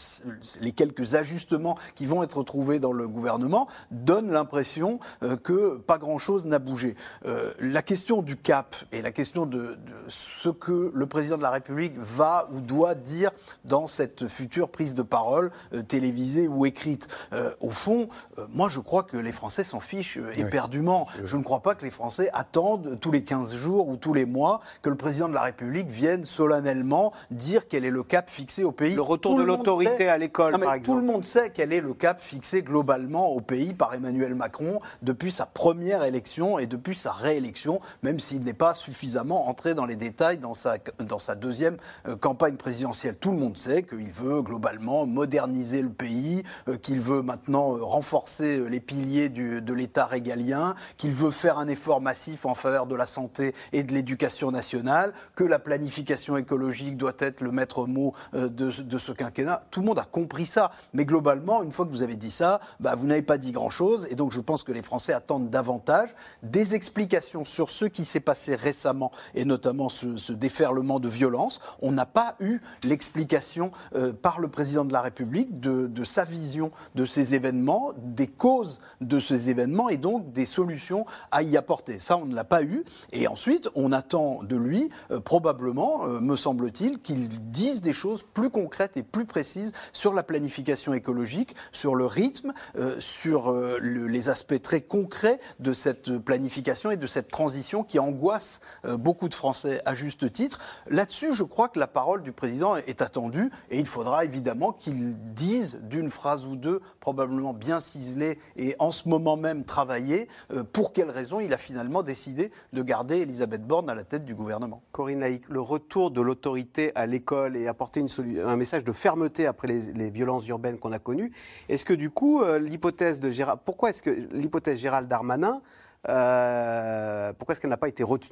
les quelques ajustements qui vont être trouvés dans le gouvernement donnent l'impression euh, que pas grand-chose n'a bougé. Euh, la question du cap et la question de, de ce que le président de la République va ou doit dire dans cette future prise de parole euh, télévisée ou écrite, euh, au fond, euh, moi je crois que les Français s'en fichent euh, éperdument. Oui. Je ne crois pas que les Français attendent tous les quinze jours ou tous les mois que le président de la République vienne solennellement dire quel est le cap fixé au pays. Le retour tout de le l'autorité sait, à l'école, non, par exemple. Tout le monde sait quel est le cap fixé globalement au pays par Emmanuel Macron depuis sa première élection et depuis sa réélection, même s'il n'est pas suffisamment entré dans les détails dans sa, dans sa deuxième euh, campagne présidentielle. Tout le monde sait qu'il veut globalement moderniser le pays, euh, qu'il veut maintenant euh, renforcer les piliers du, de l'État régalien, qu'il veut faire un effort massif en faveur de la santé et de l'éducation nationale, que la planification écologique doit être le maître mot de, de ce quinquennat. Tout le monde a compris ça. Mais globalement, une fois que vous avez dit ça, bah, vous n'avez pas dit grand-chose. Et donc je pense que les Français attendent davantage des explications sur ce qui s'est passé récemment, et notamment ce, ce déferlement de violence. On n'a pas eu l'explication euh, par le président de la République de, de sa vision de ces événements, des causes de ces événements et donc des solutions à y apporter. Ça, on ne l'a pas eu. Et ensuite, on attend de lui, euh, probablement, euh, me semble-t-il, qu'il dise des choses plus concrètes et plus précises sur la planification écologique, sur le rythme, euh, sur euh, le, les aspects très concrets de cette planification et de cette transition qui angoisse euh, beaucoup de Français à juste titre. Là-dessus, je crois que la parole du président est attendue et il faudra évidemment qu'il dise d'une phrase ou deux, probablement bien ciselée et en ce moment même travaillée, euh, pour quelles raisons il a finalement décidé de garder Elisabeth Borne à la tête du gouvernement. Corinne Laïc, le retour de l'autorité à l'école et apporter une solu- un message de fermeté après les, les violences urbaines qu'on a connues, est-ce que du coup, euh, l'hypothèse de Gérald, pourquoi est-ce que l'hypothèse Gérald Darmanin, euh, pourquoi est-ce qu'elle n'a pas été retenue?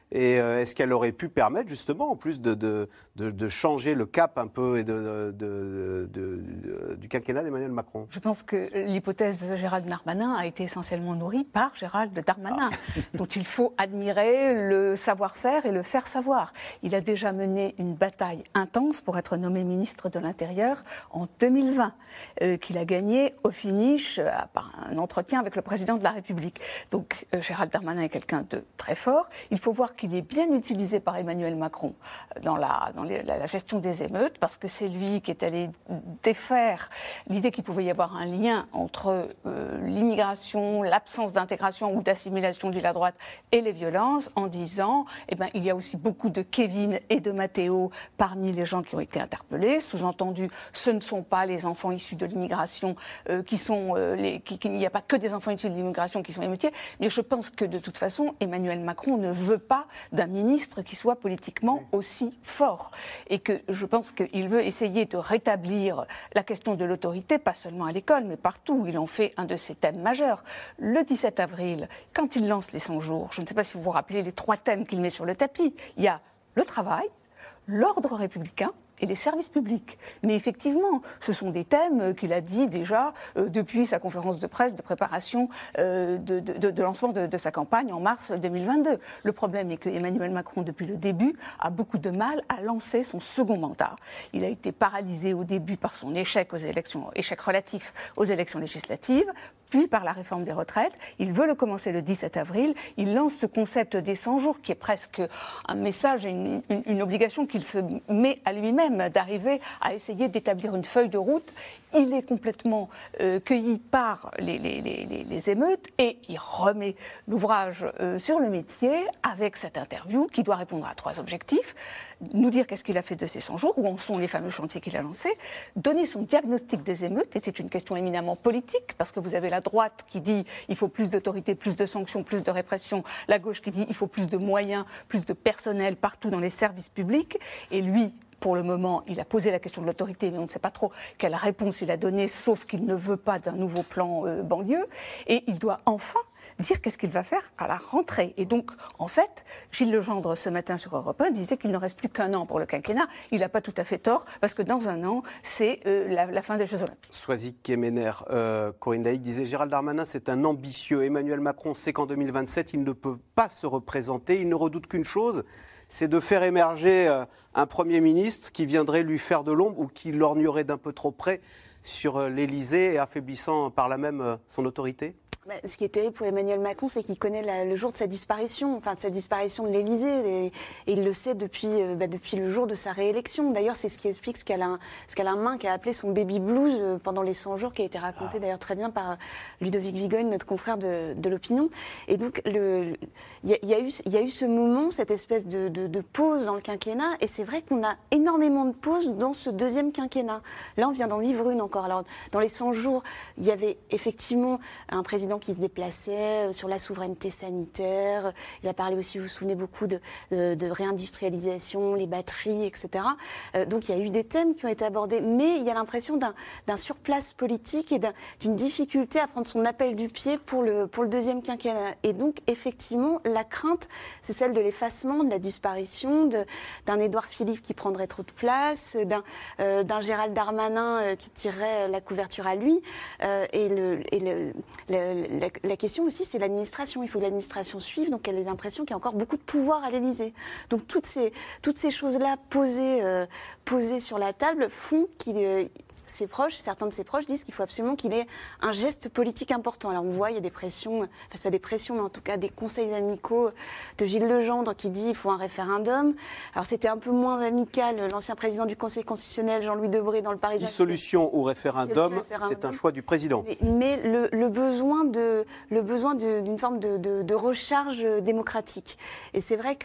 Et euh, est-ce qu'elle aurait pu permettre justement, en plus de, de, de, de changer le cap un peu et de, de, de, de, de, du quinquennat d'Emmanuel Macron? Je pense que l'hypothèse Gérald Darmanin a été essentiellement nourrie par Gérald Darmanin, ah. dont il faut admirer le savoir-faire et le faire savoir. Il a déjà mené une bataille intense pour être nommé ministre de l'Intérieur en deux mille vingt, euh, qu'il a gagné au finish euh, par un entretien avec le président de la République. Donc euh, Gérald Darmanin est quelqu'un de très fort. Il faut voir qu'il est bien utilisé par Emmanuel Macron dans la, dans les, la, la gestion des émeutes, parce que c'est lui qui est allé défaire l'idée qu'il pouvait y avoir un lien entre euh, l'immigration, l'absence d'intégration ou d'assimilation de la droite et les violences, en disant eh ben, il y a aussi beaucoup de Kevin et de Matteo parmi les gens qui ont été interpellés. Sous-entendu, ce ne sont pas les enfants issus de l'immigration euh, qui sont... Euh, les, qui, qui, il n'y a pas que des enfants issus de l'immigration qui sont émeutiers, mais je pense que de toute façon, Emmanuel Macron ne veut pas d'un ministre qui soit politiquement aussi fort. Et que je pense qu'il veut essayer de rétablir la question de l'autorité, pas seulement à l'école, mais partout. Il en fait un de ses thèmes majeurs. Le dix-sept avril, quand il lance les cent jours, je ne sais pas si vous vous rappelez les trois thèmes qu'il met sur le tapis. Il y a le travail, l'ordre républicain et les services publics. Mais effectivement, ce sont des thèmes qu'il a dit déjà euh, depuis sa conférence de presse de préparation euh, de, de, de lancement de, de sa campagne en mars deux mille vingt-deux. Le problème est que Emmanuel Macron, depuis le début, a beaucoup de mal à lancer son second mandat. Il a été paralysé au début par son échec aux élections, échec relatif aux élections législatives, puis par la réforme des retraites. Il veut le commencer le dix-sept avril. Il lance ce concept des cent jours qui est presque un message et une, une, une obligation qu'il se met à lui-même d'arriver à essayer d'établir une feuille de route. Il est complètement euh, cueilli par les, les, les, les émeutes et il remet l'ouvrage euh, sur le métier avec cette interview qui doit répondre à trois objectifs. Nous dire qu'est-ce qu'il a fait de ces cent jours, où en sont les fameux chantiers qu'il a lancés, donner son diagnostic des émeutes, et c'est une question éminemment politique, parce que vous avez la droite qui dit il faut plus d'autorité, plus de sanctions, plus de répression, la gauche qui dit il faut plus de moyens, plus de personnel partout dans les services publics, et lui, pour le moment, il a posé la question de l'autorité, mais on ne sait pas trop quelle réponse il a donnée, sauf qu'il ne veut pas d'un nouveau plan euh, banlieue. Et il doit enfin dire qu'est-ce qu'il va faire à la rentrée. Et donc, en fait, Gilles Legendre, ce matin sur Europe un, disait qu'il ne reste plus qu'un an pour le quinquennat. Il n'a pas tout à fait tort, parce que dans un an, c'est euh, la, la fin des Jeux Olympiques. Soisy Kemener, euh, Corinne Laïc disait Gérald Darmanin, c'est un ambitieux. Emmanuel Macron sait qu'en deux mille vingt-sept, il ne peut pas se représenter. Il ne redoute qu'une chose, c'est de faire émerger euh, un Premier ministre qui viendrait lui faire de l'ombre ou qui lorgnerait d'un peu trop près sur euh, l'Élysée et affaiblissant par là même euh, son autorité. Bah, ce qui est terrible pour Emmanuel Macron, c'est qu'il connaît la, le jour de sa disparition, enfin de sa disparition de l'Élysée, et, et il le sait depuis, euh, bah, depuis le jour de sa réélection. D'ailleurs, c'est ce qui explique ce qu'Alain, ce qu'Alain Minc a appelé son baby blues euh, pendant les cent jours, qui a été raconté ah. d'ailleurs très bien par Ludovic Vigogne, notre confrère de, de l'Opinion. Et donc, il y, y, y a eu ce moment, cette espèce de, de, de pause dans le quinquennat, et c'est vrai qu'on a énormément de pauses dans ce deuxième quinquennat. Là, on vient d'en vivre une encore. Alors, dans les cent jours, il y avait effectivement un président qui se déplaçait sur la souveraineté sanitaire. Il a parlé aussi, vous vous souvenez, beaucoup de, de, de réindustrialisation, les batteries, et cetera. Euh, donc il y a eu des thèmes qui ont été abordés, mais il y a l'impression d'un, d'un surplace politique et d'un, d'une difficulté à prendre son appel du pied pour le, pour le deuxième quinquennat. Et donc effectivement, la crainte, c'est celle de l'effacement, de la disparition, de, d'un Édouard Philippe qui prendrait trop de place, d'un, euh, d'un Gérald Darmanin euh, qui tirerait la couverture à lui. Euh, et le, et le, le La, la question aussi, c'est l'administration. Il faut que l'administration suive, donc elle a l'impression qu'il y a encore beaucoup de pouvoir à l'Élysée. Donc toutes ces, toutes ces choses-là posées, euh, posées sur la table font qu'il... Euh, ses proches, certains de ses proches disent qu'il faut absolument qu'il ait un geste politique important. Alors on voit, il y a des pressions, enfin c'est pas des pressions, mais en tout cas des conseils amicaux de Gilles Legendre qui dit qu'il faut un référendum. Alors c'était un peu moins amical, l'ancien président du Conseil constitutionnel, Jean-Louis Debré, dans le Parisien. Dissolution ou référendum, c'est, c'est un choix du président. Mais, mais le, le besoin, de, le besoin de, d'une forme de, de, de recharge démocratique. Et c'est vrai que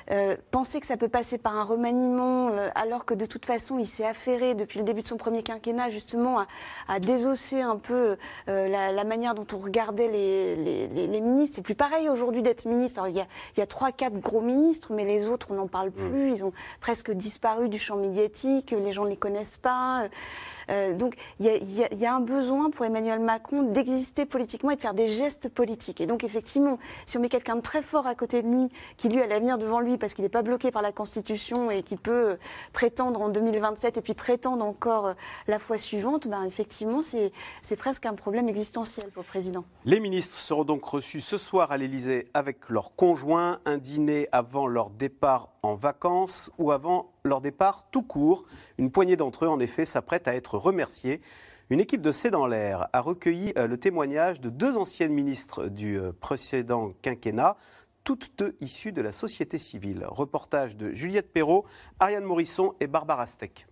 euh, penser que ça peut passer par un remaniement, euh, alors que de toute façon, il s'est affairé depuis le début de son premier quinquennat, justement, à, à désosser un peu euh, la, la manière dont on regardait les, les, les, les ministres. C'est plus pareil aujourd'hui d'être ministre. Alors, il y a, il y a trois, quatre gros ministres, mais les autres, on n'en parle plus. Ils ont presque disparu du champ médiatique. Les gens ne les connaissent pas. Euh, donc, il y, a, il, y a, il y a un besoin pour Emmanuel Macron d'exister politiquement et de faire des gestes politiques. Et donc, effectivement, si on met quelqu'un de très fort à côté de lui, qui lui a l'avenir devant lui parce qu'il n'est pas bloqué par la Constitution et qui peut prétendre en deux mille vingt-sept et puis prétendre encore la fois suivante, ben, effectivement, c'est, c'est presque un problème existentiel pour le président. Les ministres seront donc reçus ce soir à l'Élysée avec leurs conjoints, un dîner avant leur départ en vacances ou avant leur départ tout court. Une poignée d'entre eux, en effet, s'apprête à être remerciés. Une équipe de C'est dans l'air a recueilli le témoignage de deux anciennes ministres du précédent quinquennat, toutes deux issues de la société civile. Reportage de Juliette Perrault, Ariane Morisson et Barbara Steck.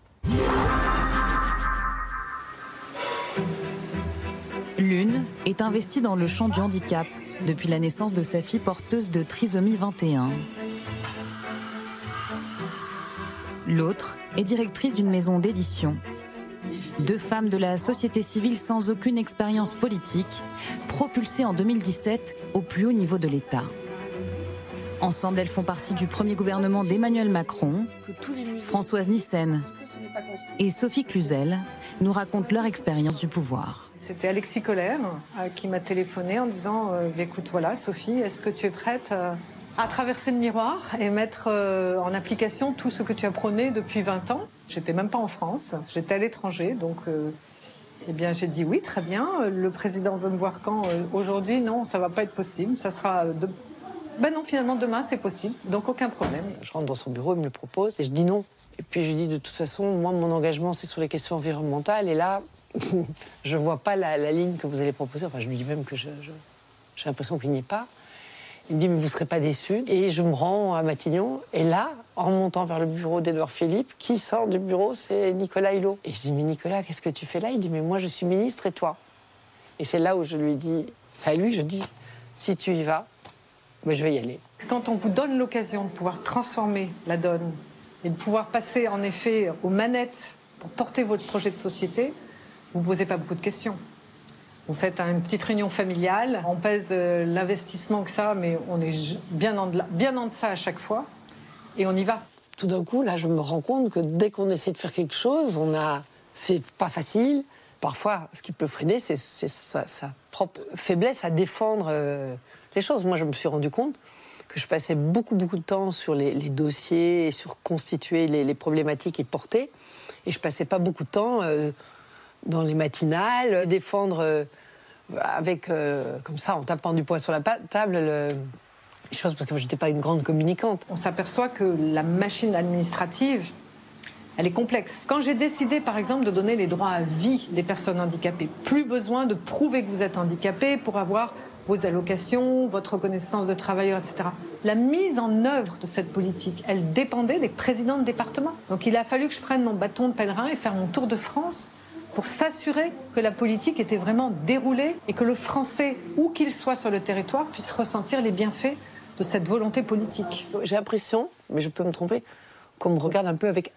L'une est investie dans le champ du handicap depuis la naissance de sa fille porteuse de trisomie vingt et un. L'autre est directrice d'une maison d'édition. Deux femmes de la société civile sans aucune expérience politique, propulsées en deux mille dix-sept au plus haut niveau de l'État. Ensemble, elles font partie du premier gouvernement d'Emmanuel Macron. Françoise Nyssen et Sophie Cluzel nous racontent leur expérience du pouvoir. C'était Alexis Collère euh, qui m'a téléphoné en disant euh, « Écoute, voilà, Sophie, est-ce que tu es prête euh, à traverser le miroir et mettre euh, en application tout ce que tu as prôné depuis vingt ans ?» J'étais même pas en France, j'étais à l'étranger, donc euh, eh bien, j'ai dit « Oui, très bien, le président veut me voir quand euh, Aujourd'hui, non, ça va pas être possible, ça sera... De... » Ben non, finalement, demain, c'est possible, donc aucun problème. Je rentre dans son bureau, il me le propose et je dis non. Et puis je lui dis de toute façon, moi, mon engagement, c'est sur les questions environnementales et là... je ne vois pas la, la ligne que vous allez proposer. Enfin, je lui dis même que je, je, j'ai l'impression qu'il n'y est pas. Il me dit, mais vous ne serez pas déçus. Et je me rends à Matignon. Et là, en montant vers le bureau d'Édouard Philippe, qui sort du bureau, c'est Nicolas Hulot. Et je dis, mais Nicolas, qu'est-ce que tu fais là? Il dit, mais moi, je suis ministre et toi? Et c'est là où je lui dis, c'est à lui, je dis, si tu y vas, moi, je vais y aller. Quand on vous donne l'occasion de pouvoir transformer la donne et de pouvoir passer, en effet, aux manettes pour porter votre projet de société, vous ne posez pas beaucoup de questions. Vous faites une petite réunion familiale, on pèse euh, l'investissement que ça, mais on est bien en, de la, bien en deçà à chaque fois, et on y va. Tout d'un coup, là, je me rends compte que dès qu'on essaie de faire quelque chose, on a, c'est pas facile. Parfois, ce qui peut freiner, c'est, c'est sa, sa propre faiblesse à défendre euh, les choses. Moi, je me suis rendu compte que je passais beaucoup, beaucoup de temps sur les, les dossiers, et sur constituer les, les problématiques et porter, et je passais pas beaucoup de temps... Euh, dans les matinales, défendre euh, avec, euh, comme ça, en tapant du poing sur la table, le, les choses, parce que je n'étais pas une grande communicante. On s'aperçoit que la machine administrative, elle est complexe. Quand j'ai décidé, par exemple, de donner les droits à vie des personnes handicapées, plus besoin de prouver que vous êtes handicapé pour avoir vos allocations, votre reconnaissance de travailleur, et cetera. La mise en œuvre de cette politique, elle dépendait des présidents de département. Donc il a fallu que je prenne mon bâton de pèlerin et faire mon tour de France pour s'assurer que la politique était vraiment déroulée et que le Français, où qu'il soit sur le territoire, puisse ressentir les bienfaits de cette volonté politique. J'ai l'impression, mais je peux me tromper, qu'on me regarde un peu avec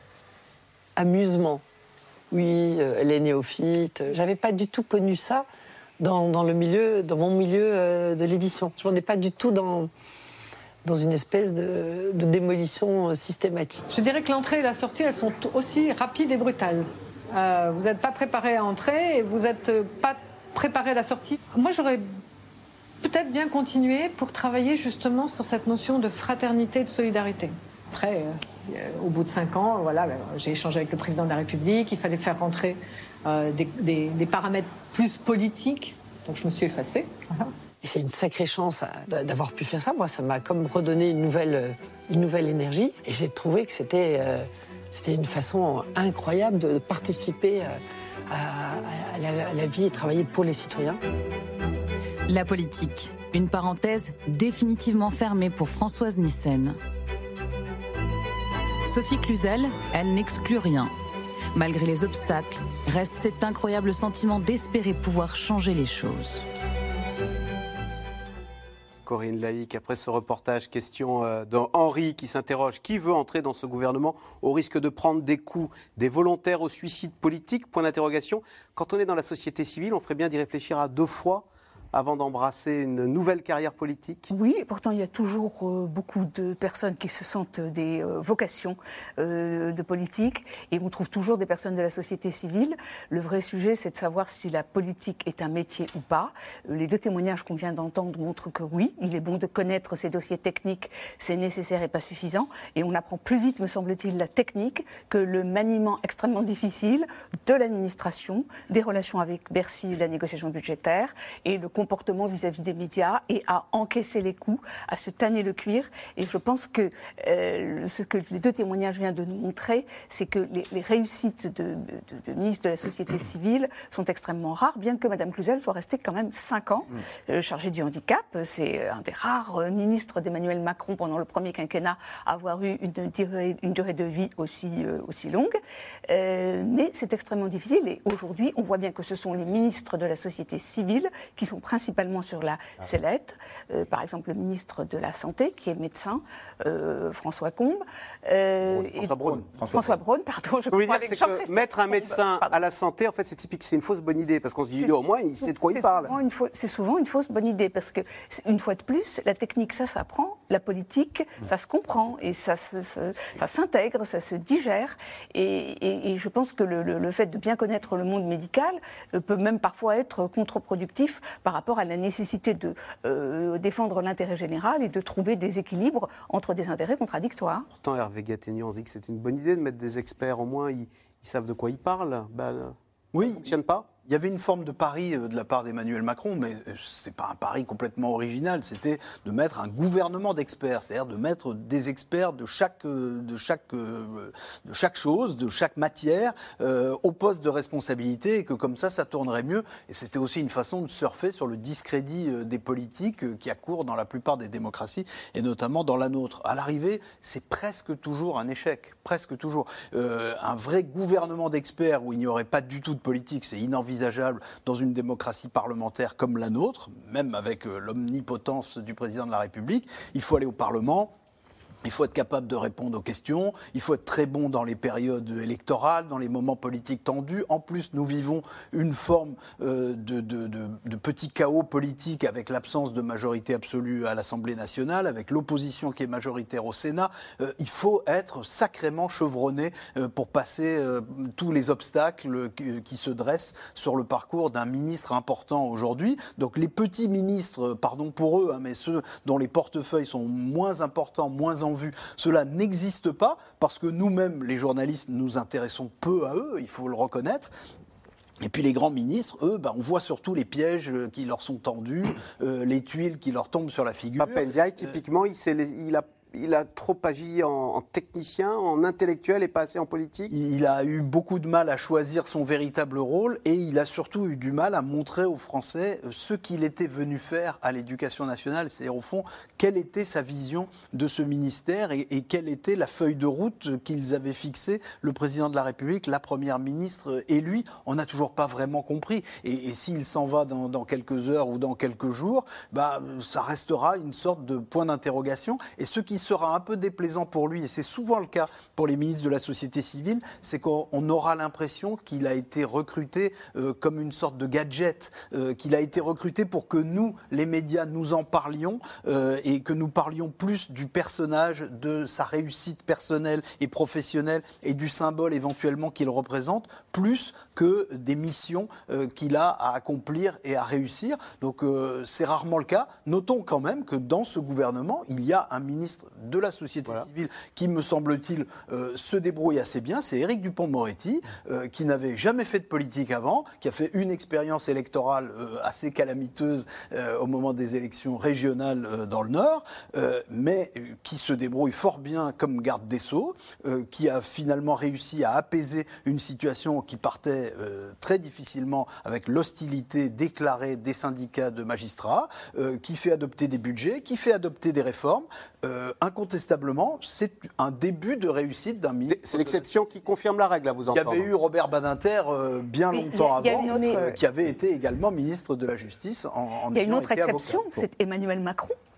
amusement. Oui, euh, elle est néophyte. J'avais pas du tout connu ça dans, dans, le milieu, dans mon milieu euh, de l'édition. Je n'en ai pas du tout dans, dans une espèce de, de démolition systématique. Je dirais que l'entrée et la sortie, elles sont aussi rapides et brutales. Euh, vous n'êtes pas préparé à entrer et vous n'êtes pas préparé à la sortie. Moi, j'aurais peut-être bien continué pour travailler justement sur cette notion de fraternité et de solidarité. Après, euh, au bout de cinq ans, voilà, j'ai échangé avec le président de la République, il fallait faire rentrer euh, des, des, des paramètres plus politiques, donc je me suis effacée. Voilà. Et c'est une sacrée chance d'avoir pu faire ça. Moi, ça m'a comme redonné une nouvelle, une nouvelle énergie et j'ai trouvé que c'était... Euh, C'était une façon incroyable de participer à, à, la, à la vie et travailler pour les citoyens. La politique, une parenthèse définitivement fermée pour Françoise Nyssen. Sophie Cluzel, elle n'exclut rien. Malgré les obstacles, reste cet incroyable sentiment d'espérer pouvoir changer les choses. Corinne Laïc, après ce reportage, question euh, d'Henri qui s'interroge. Qui veut entrer dans ce gouvernement au risque de prendre des coups, des volontaires au suicide politique? Point d'interrogation. Quand on est dans la société civile, on ferait bien d'y réfléchir à deux fois avant d'embrasser une nouvelle carrière politique? Oui, et pourtant il y a toujours euh, beaucoup de personnes qui se sentent des euh, vocations euh, de politique, et on trouve toujours des personnes de la société civile. Le vrai sujet, c'est de savoir si la politique est un métier ou pas. Euh, les deux témoignages qu'on vient d'entendre montrent que oui, il est bon de connaître ces dossiers techniques, c'est nécessaire et pas suffisant, et on apprend plus vite, me semble-t-il, la technique que le maniement extrêmement difficile de l'administration, des relations avec Bercy, la négociation budgétaire, et le comportement vis-à-vis des médias, et à encaisser les coups, à se tanner le cuir. Et je pense que euh, ce que les deux témoignages viennent de nous montrer, c'est que les, les réussites de, de, de ministres de la société civile sont extrêmement rares, bien que Mme Cluzel soit restée quand même cinq ans euh, chargée du handicap. C'est un des rares euh, ministres d'Emmanuel Macron pendant le premier quinquennat à avoir eu une durée, une durée de vie aussi, euh, aussi longue. Euh, mais c'est extrêmement difficile, et aujourd'hui, on voit bien que ce sont les ministres de la société civile qui sont principalement sur la sellette. Euh, par exemple, le ministre de la Santé, qui est médecin, euh, François Combes. Euh, Braun, François Braun. François, François Braun, pardon. Je Ce que je veux dire, avec c'est Jean que Christophe mettre un Combes. médecin Pardon. à la santé, en fait, c'est typique, c'est une fausse bonne idée, parce qu'on se dit, au moins, il sait de quoi il C'est parle. souvent une fau- C'est souvent une fausse bonne idée, parce que, une fois de plus, la technique, ça s'apprend, la politique, ça se comprend, et ça, se, se- ça s'intègre, ça se digère. Et, et- et je pense que le, le- le fait de bien connaître le monde médical euh, peut même parfois être contre-productif par rapport à la nécessité de euh, défendre l'intérêt général et de trouver des équilibres entre des intérêts contradictoires. Pourtant, Hervé Gattegno, on se dit que c'est une bonne idée de mettre des experts, au moins, ils, ils savent de quoi ils parlent. Ben, oui. Ça ne fonctionne pas? Il y avait une forme de pari de la part d'Emmanuel Macron, mais ce n'est pas un pari complètement original, c'était de mettre un gouvernement d'experts, c'est-à-dire de mettre des experts de chaque, de chaque, de chaque chose, de chaque matière, euh, au poste de responsabilité, et que comme ça, ça tournerait mieux. Et c'était aussi une façon de surfer sur le discrédit des politiques qui accourt dans la plupart des démocraties, et notamment dans la nôtre. À l'arrivée, c'est presque toujours un échec, presque toujours. Euh, un vrai gouvernement d'experts où il n'y aurait pas du tout de politique, c'est inenvisageable dans une démocratie parlementaire comme la nôtre, même avec l'omnipotence du président de la République. Il faut aller au Parlement. Il faut être capable de répondre aux questions, il faut être très bon dans les périodes électorales, dans les moments politiques tendus. En plus, nous vivons une forme euh, de, de, de, de petit chaos politique avec l'absence de majorité absolue à l'Assemblée nationale, avec l'opposition qui est majoritaire au Sénat. Euh, il faut être sacrément chevronné euh, pour passer euh, tous les obstacles qui, qui se dressent sur le parcours d'un ministre important aujourd'hui. Donc les petits ministres, pardon pour eux, hein, mais ceux dont les portefeuilles sont moins importants, moins en vue, cela n'existe pas parce que nous-mêmes, les journalistes, nous intéressons peu à eux, il faut le reconnaître. Et puis les grands ministres, eux, ben, on voit surtout les pièges qui leur sont tendus, euh, les tuiles qui leur tombent sur la figure. Pape Ndiaye, typiquement, il, s'est- il a Il a trop agi en, en technicien, en intellectuel et pas assez en politique. Il a eu beaucoup de mal à choisir son véritable rôle et il a surtout eu du mal à montrer aux Français ce qu'il était venu faire à l'Éducation nationale. C'est-à-dire, au fond, quelle était sa vision de ce ministère et, et quelle était la feuille de route qu'ils avaient fixée, le président de la République, la première ministre et lui. On n'a toujours pas vraiment compris. Et, et s'il s'en va dans, dans quelques heures ou dans quelques jours, bah, ça restera une sorte de point d'interrogation. Et ce qui sera un peu déplaisant pour lui, et c'est souvent le cas pour les ministres de la société civile, c'est qu'on aura l'impression qu'il a été recruté euh, comme une sorte de gadget, euh, qu'il a été recruté pour que nous, les médias, nous en parlions euh, et que nous parlions plus du personnage, de sa réussite personnelle et professionnelle et du symbole éventuellement qu'il représente, plus que des missions euh, qu'il a à accomplir et à réussir. Donc euh, c'est rarement le cas. Notons quand même que dans ce gouvernement, il y a un ministre de la société voilà. civile qui, me semble-t-il, euh, se débrouille assez bien. C'est Éric Dupond-Moretti, euh, qui n'avait jamais fait de politique avant, qui a fait une expérience électorale euh, assez calamiteuse euh, au moment des élections régionales euh, dans le Nord, euh, mais euh, qui se débrouille fort bien comme garde des Sceaux, euh, qui a finalement réussi à apaiser une situation qui partait euh, très difficilement avec l'hostilité déclarée des syndicats de magistrats, euh, qui fait adopter des budgets, qui fait adopter des réformes. Euh, incontestablement, c'est un début de réussite d'un ministre. C'est l'exception qui confirme la règle, à vous entendre. Il y avait eu Robert Badinter euh, bien Mais longtemps il y a- il y a avant, une autre- euh, qui avait été également ministre de la Justice en, en Il y a une ayant autre été exception, avocat. c'est Emmanuel Macron,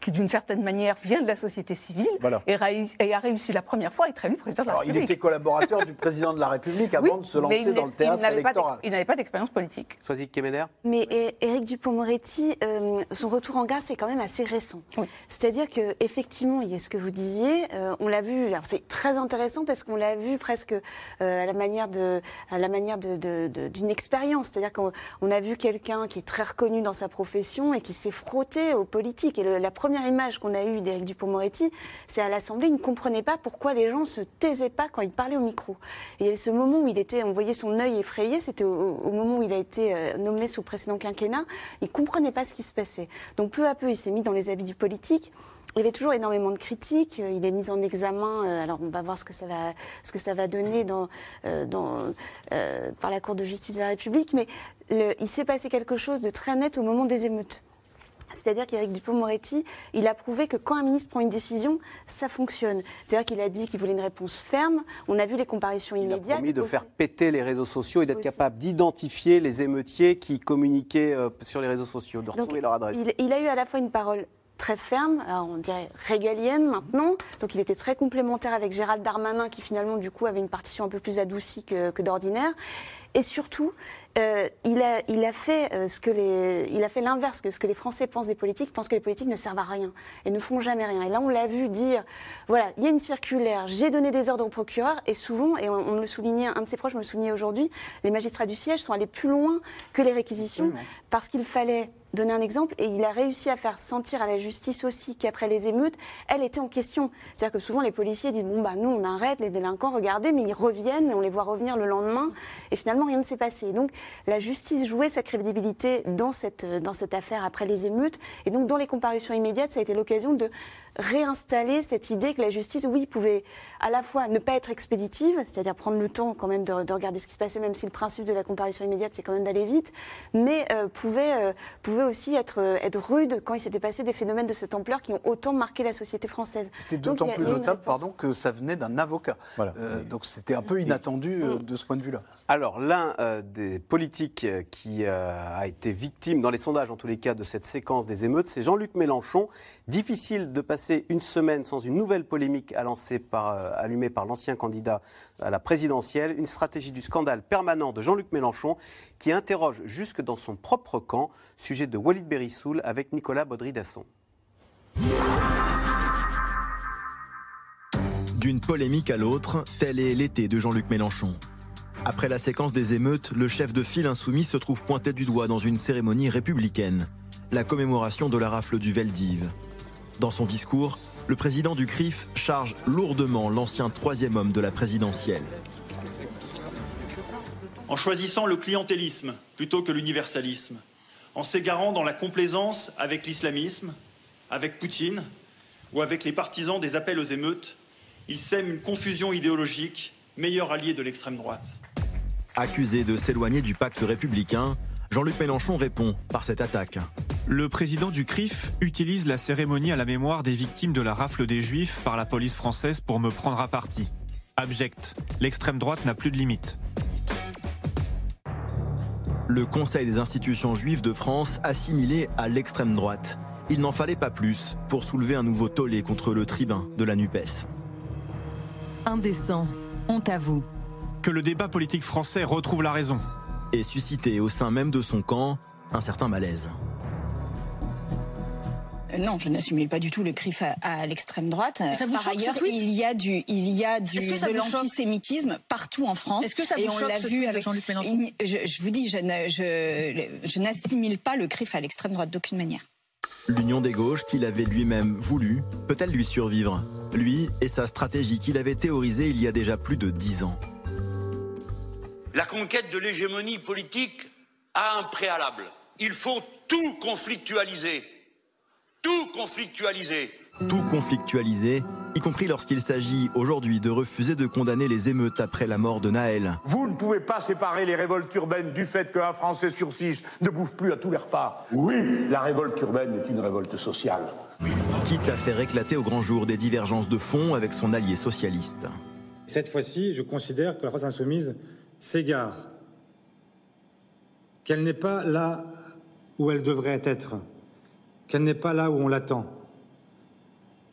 qui d'une certaine manière vient de la société civile, voilà. et, réussi, et a réussi la première fois à être élu président de la Alors, République. il était collaborateur du président de la République avant oui, de se lancer dans le théâtre il électoral. Il n'avait pas d'expérience politique. Sois-y, Kemener. Mais Éric Dupond-Moretti, euh, son retour en grâce est quand même assez récent. Oui. C'est-à-dire qu'effectivement, il y a ce que vous disiez, euh, on l'a vu, alors c'est très intéressant parce qu'on l'a vu presque euh, à la manière de, à la manière de, de, de, d'une expérience. C'est-à-dire qu'on on a vu quelqu'un qui est très reconnu dans sa profession et qui s'est frotté aux politiques. Et le, la première image qu'on a eue d'Éric Dupond-Moretti, c'est à l'Assemblée, il ne comprenait pas pourquoi les gens se taisaient pas quand il parlait au micro. Et il y avait ce moment où il était, on voyait son œil effrayé, c'était au, au moment où il a été euh, nommé sous le précédent quinquennat, il ne comprenait pas ce qui se passait. Donc peu à peu, il s'est mis dans les habits du politique. Il y avait toujours énormément de critiques. Il est mis en examen. Alors, on va voir ce que ça va, ce que ça va donner dans, euh, dans, euh, par la Cour de justice de la République. Mais le, il s'est passé quelque chose de très net au moment des émeutes. C'est-à-dire qu'Éric Dupond-Moretti, il a prouvé que quand un ministre prend une décision, ça fonctionne. C'est-à-dire qu'il a dit qu'il voulait une réponse ferme. On a vu les comparutions immédiates. Il a promis de aussi. faire péter les réseaux sociaux et d'être Aussi. capable d'identifier les émeutiers qui communiquaient euh, sur les réseaux sociaux, de retrouver Donc, leur adresse. Il, il a eu à la fois une parole très ferme, alors on dirait régalienne maintenant, donc il était très complémentaire avec Gérald Darmanin qui finalement du coup avait une partition un peu plus adoucie que, que d'ordinaire. Et surtout, euh, il, a, il a fait euh, ce que les, il a fait l'inverse que ce que les Français pensent des politiques, pensent que les politiques ne servent à rien et ne font jamais rien. Et là, on l'a vu dire, voilà, il y a une circulaire, j'ai donné des ordres au procureur, et souvent, et on, on me le soulignait, un de ses proches me le soulignait aujourd'hui, les magistrats du siège sont allés plus loin que les réquisitions, mmh. parce qu'il fallait donner un exemple, et il a réussi à faire sentir à la justice aussi qu'après les émeutes, elle était en question. C'est-à-dire que souvent les policiers disent, bon bah nous on arrête les délinquants, regardez, mais ils reviennent, et on les voit revenir le lendemain, et finalement rien ne s'est passé. Donc la justice jouait sa crédibilité dans cette, dans cette affaire après les émeutes, et donc dans les comparutions immédiates, ça a été l'occasion de réinstaller cette idée que la justice, oui, pouvait à la fois ne pas être expéditive, c'est-à-dire prendre le temps quand même de, de regarder ce qui se passait, même si le principe de la comparution immédiate, c'est quand même d'aller vite, mais euh, pouvait, euh, pouvait aussi être, euh, être rude quand il s'était passé des phénomènes de cette ampleur qui ont autant marqué la société française. C'est d'autant plus notable pardon, que ça venait d'un avocat. Voilà. Euh, donc c'était un peu inattendu euh, de ce point de vue-là. Alors, l'un euh, des politiques qui euh, a été victime, dans les sondages en tous les cas, de cette séquence des émeutes, c'est Jean-Luc Mélenchon. Difficile de passer une semaine sans une nouvelle polémique lancée par, euh, allumée par l'ancien candidat à la présidentielle. Une stratégie du scandale permanent de Jean-Luc Mélenchon qui interroge jusque dans son propre camp. Sujet de Walid Berissoul avec Nicolas Baudry-Dasson. D'une polémique à l'autre, tel est l'été de Jean-Luc Mélenchon. Après la séquence des émeutes, le chef de file insoumis se trouve pointé du doigt dans une cérémonie républicaine, la commémoration de la rafle du Veldiv. Dans son discours, le président du C R I F charge lourdement l'ancien troisième homme de la présidentielle. En choisissant le clientélisme plutôt que l'universalisme, en s'égarant dans la complaisance avec l'islamisme, avec Poutine ou avec les partisans des appels aux émeutes, il sème une confusion idéologique, meilleur allié de l'extrême droite. Accusé de s'éloigner du pacte républicain, Jean-Luc Mélenchon répond par cette attaque. Le président du C R I F utilise la cérémonie à la mémoire des victimes de la rafle des Juifs par la police française pour me prendre à partie. Abject, l'extrême droite n'a plus de limite. Le Conseil des institutions juives de France assimilé à l'extrême droite. Il n'en fallait pas plus pour soulever un nouveau tollé contre le tribun de la NUPES. Indécent, honte à vous. Que le débat politique français retrouve la raison. Et susciter au sein même de son camp un certain malaise. Non, je n'assimile pas du tout le C R I F à, à l'extrême droite. Ça vous Par choque, ailleurs, ce tweet il y a du, il y a du, Est-ce que ça de vous choque l'antisémitisme partout en France. Est-ce que ça vous et on choque, l'a ce vu tweet avec de Jean-Luc Mélenchon ? il, je, je vous dis, je, ne, je, je n'assimile pas le C R I F à l'extrême droite d'aucune manière. L'union des gauches qu'il avait lui-même voulu, peut-elle lui survivre ? Lui et sa stratégie qu'il avait théorisée il y a déjà plus de dix ans. La conquête de l'hégémonie politique a un préalable. Il faut tout conflictualiser. Tout conflictualiser. Tout conflictualiser, y compris lorsqu'il s'agit aujourd'hui de refuser de condamner les émeutes après la mort de Naël. Vous ne pouvez pas séparer les révoltes urbaines du fait qu'un Français sur six ne bouffe plus à tous les repas. Oui, la révolte urbaine est une révolte sociale. Quitte à faire éclater au grand jour des divergences de fond avec son allié socialiste. Cette fois-ci, je considère que la France insoumise s'égare. Qu'elle n'est pas là où elle devrait être. Qu'elle n'est pas là où on l'attend.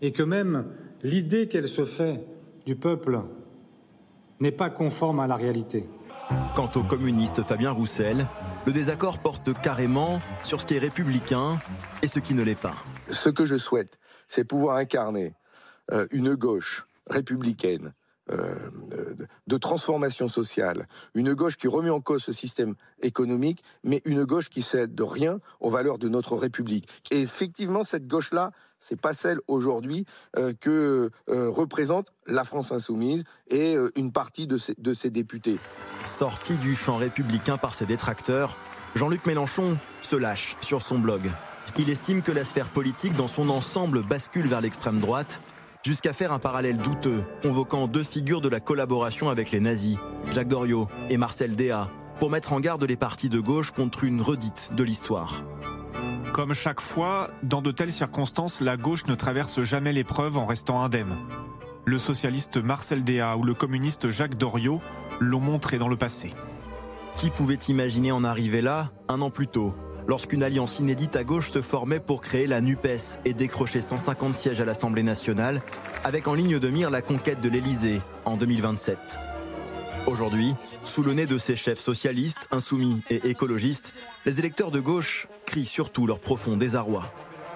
et que même l'idée qu'elle se fait du peuple n'est pas conforme à la réalité. Quant au communiste Fabien Roussel, le désaccord porte carrément sur ce qui est républicain et ce qui ne l'est pas. Ce que je souhaite, c'est pouvoir incarner euh, une gauche républicaine, euh, de transformation sociale, une gauche qui remet en cause ce système économique, mais une gauche qui cède de rien aux valeurs de notre République. Et effectivement, cette gauche-là, c'est pas celle aujourd'hui euh, que euh, représente la France insoumise et euh, une partie de ses, de ses députés. Sorti du champ républicain par ses détracteurs, Jean-Luc Mélenchon se lâche sur son blog. Il estime que la sphère politique dans son ensemble bascule vers l'extrême droite, jusqu'à faire un parallèle douteux, convoquant deux figures de la collaboration avec les nazis, Jacques Doriot et Marcel Déat, pour mettre en garde les partis de gauche contre une redite de l'histoire. Comme chaque fois, dans de telles circonstances, la gauche ne traverse jamais l'épreuve en restant indemne. Le socialiste Marcel Déat ou le communiste Jacques Doriot l'ont montré dans le passé. Qui pouvait imaginer en arriver là, un an plus tôt, lorsqu'une alliance inédite à gauche se formait pour créer la NUPES et décrocher cent cinquante sièges à l'Assemblée nationale, avec en ligne de mire la conquête de l'Élysée en deux mille vingt-sept. Aujourd'hui, sous le nez de ces chefs socialistes, insoumis et écologistes, les électeurs de gauche crient surtout leur profond désarroi.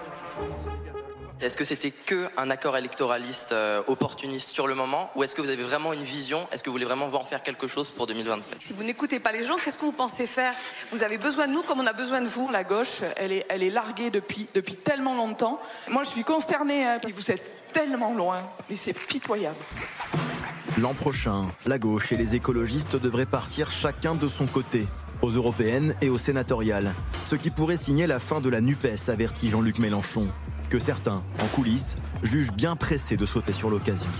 Est-ce que c'était que un accord électoraliste euh, opportuniste sur le moment, ou est-ce que vous avez vraiment une vision? Est-ce que vous voulez vraiment en faire quelque chose pour deux mille vingt-sept? Si vous n'écoutez pas les gens, qu'est-ce que vous pensez faire? Vous avez besoin de nous comme on a besoin de vous. La gauche, elle est, elle est larguée depuis, depuis tellement longtemps. Moi, je suis consternée, hein, puis vous êtes tellement loin, mais c'est pitoyable. L'an prochain, la gauche et les écologistes devraient partir chacun de son côté, aux européennes et aux sénatoriales, ce qui pourrait signer la fin de la NUPES, avertit Jean-Luc Mélenchon, que certains, en coulisses, jugent bien pressés de sauter sur l'occasion.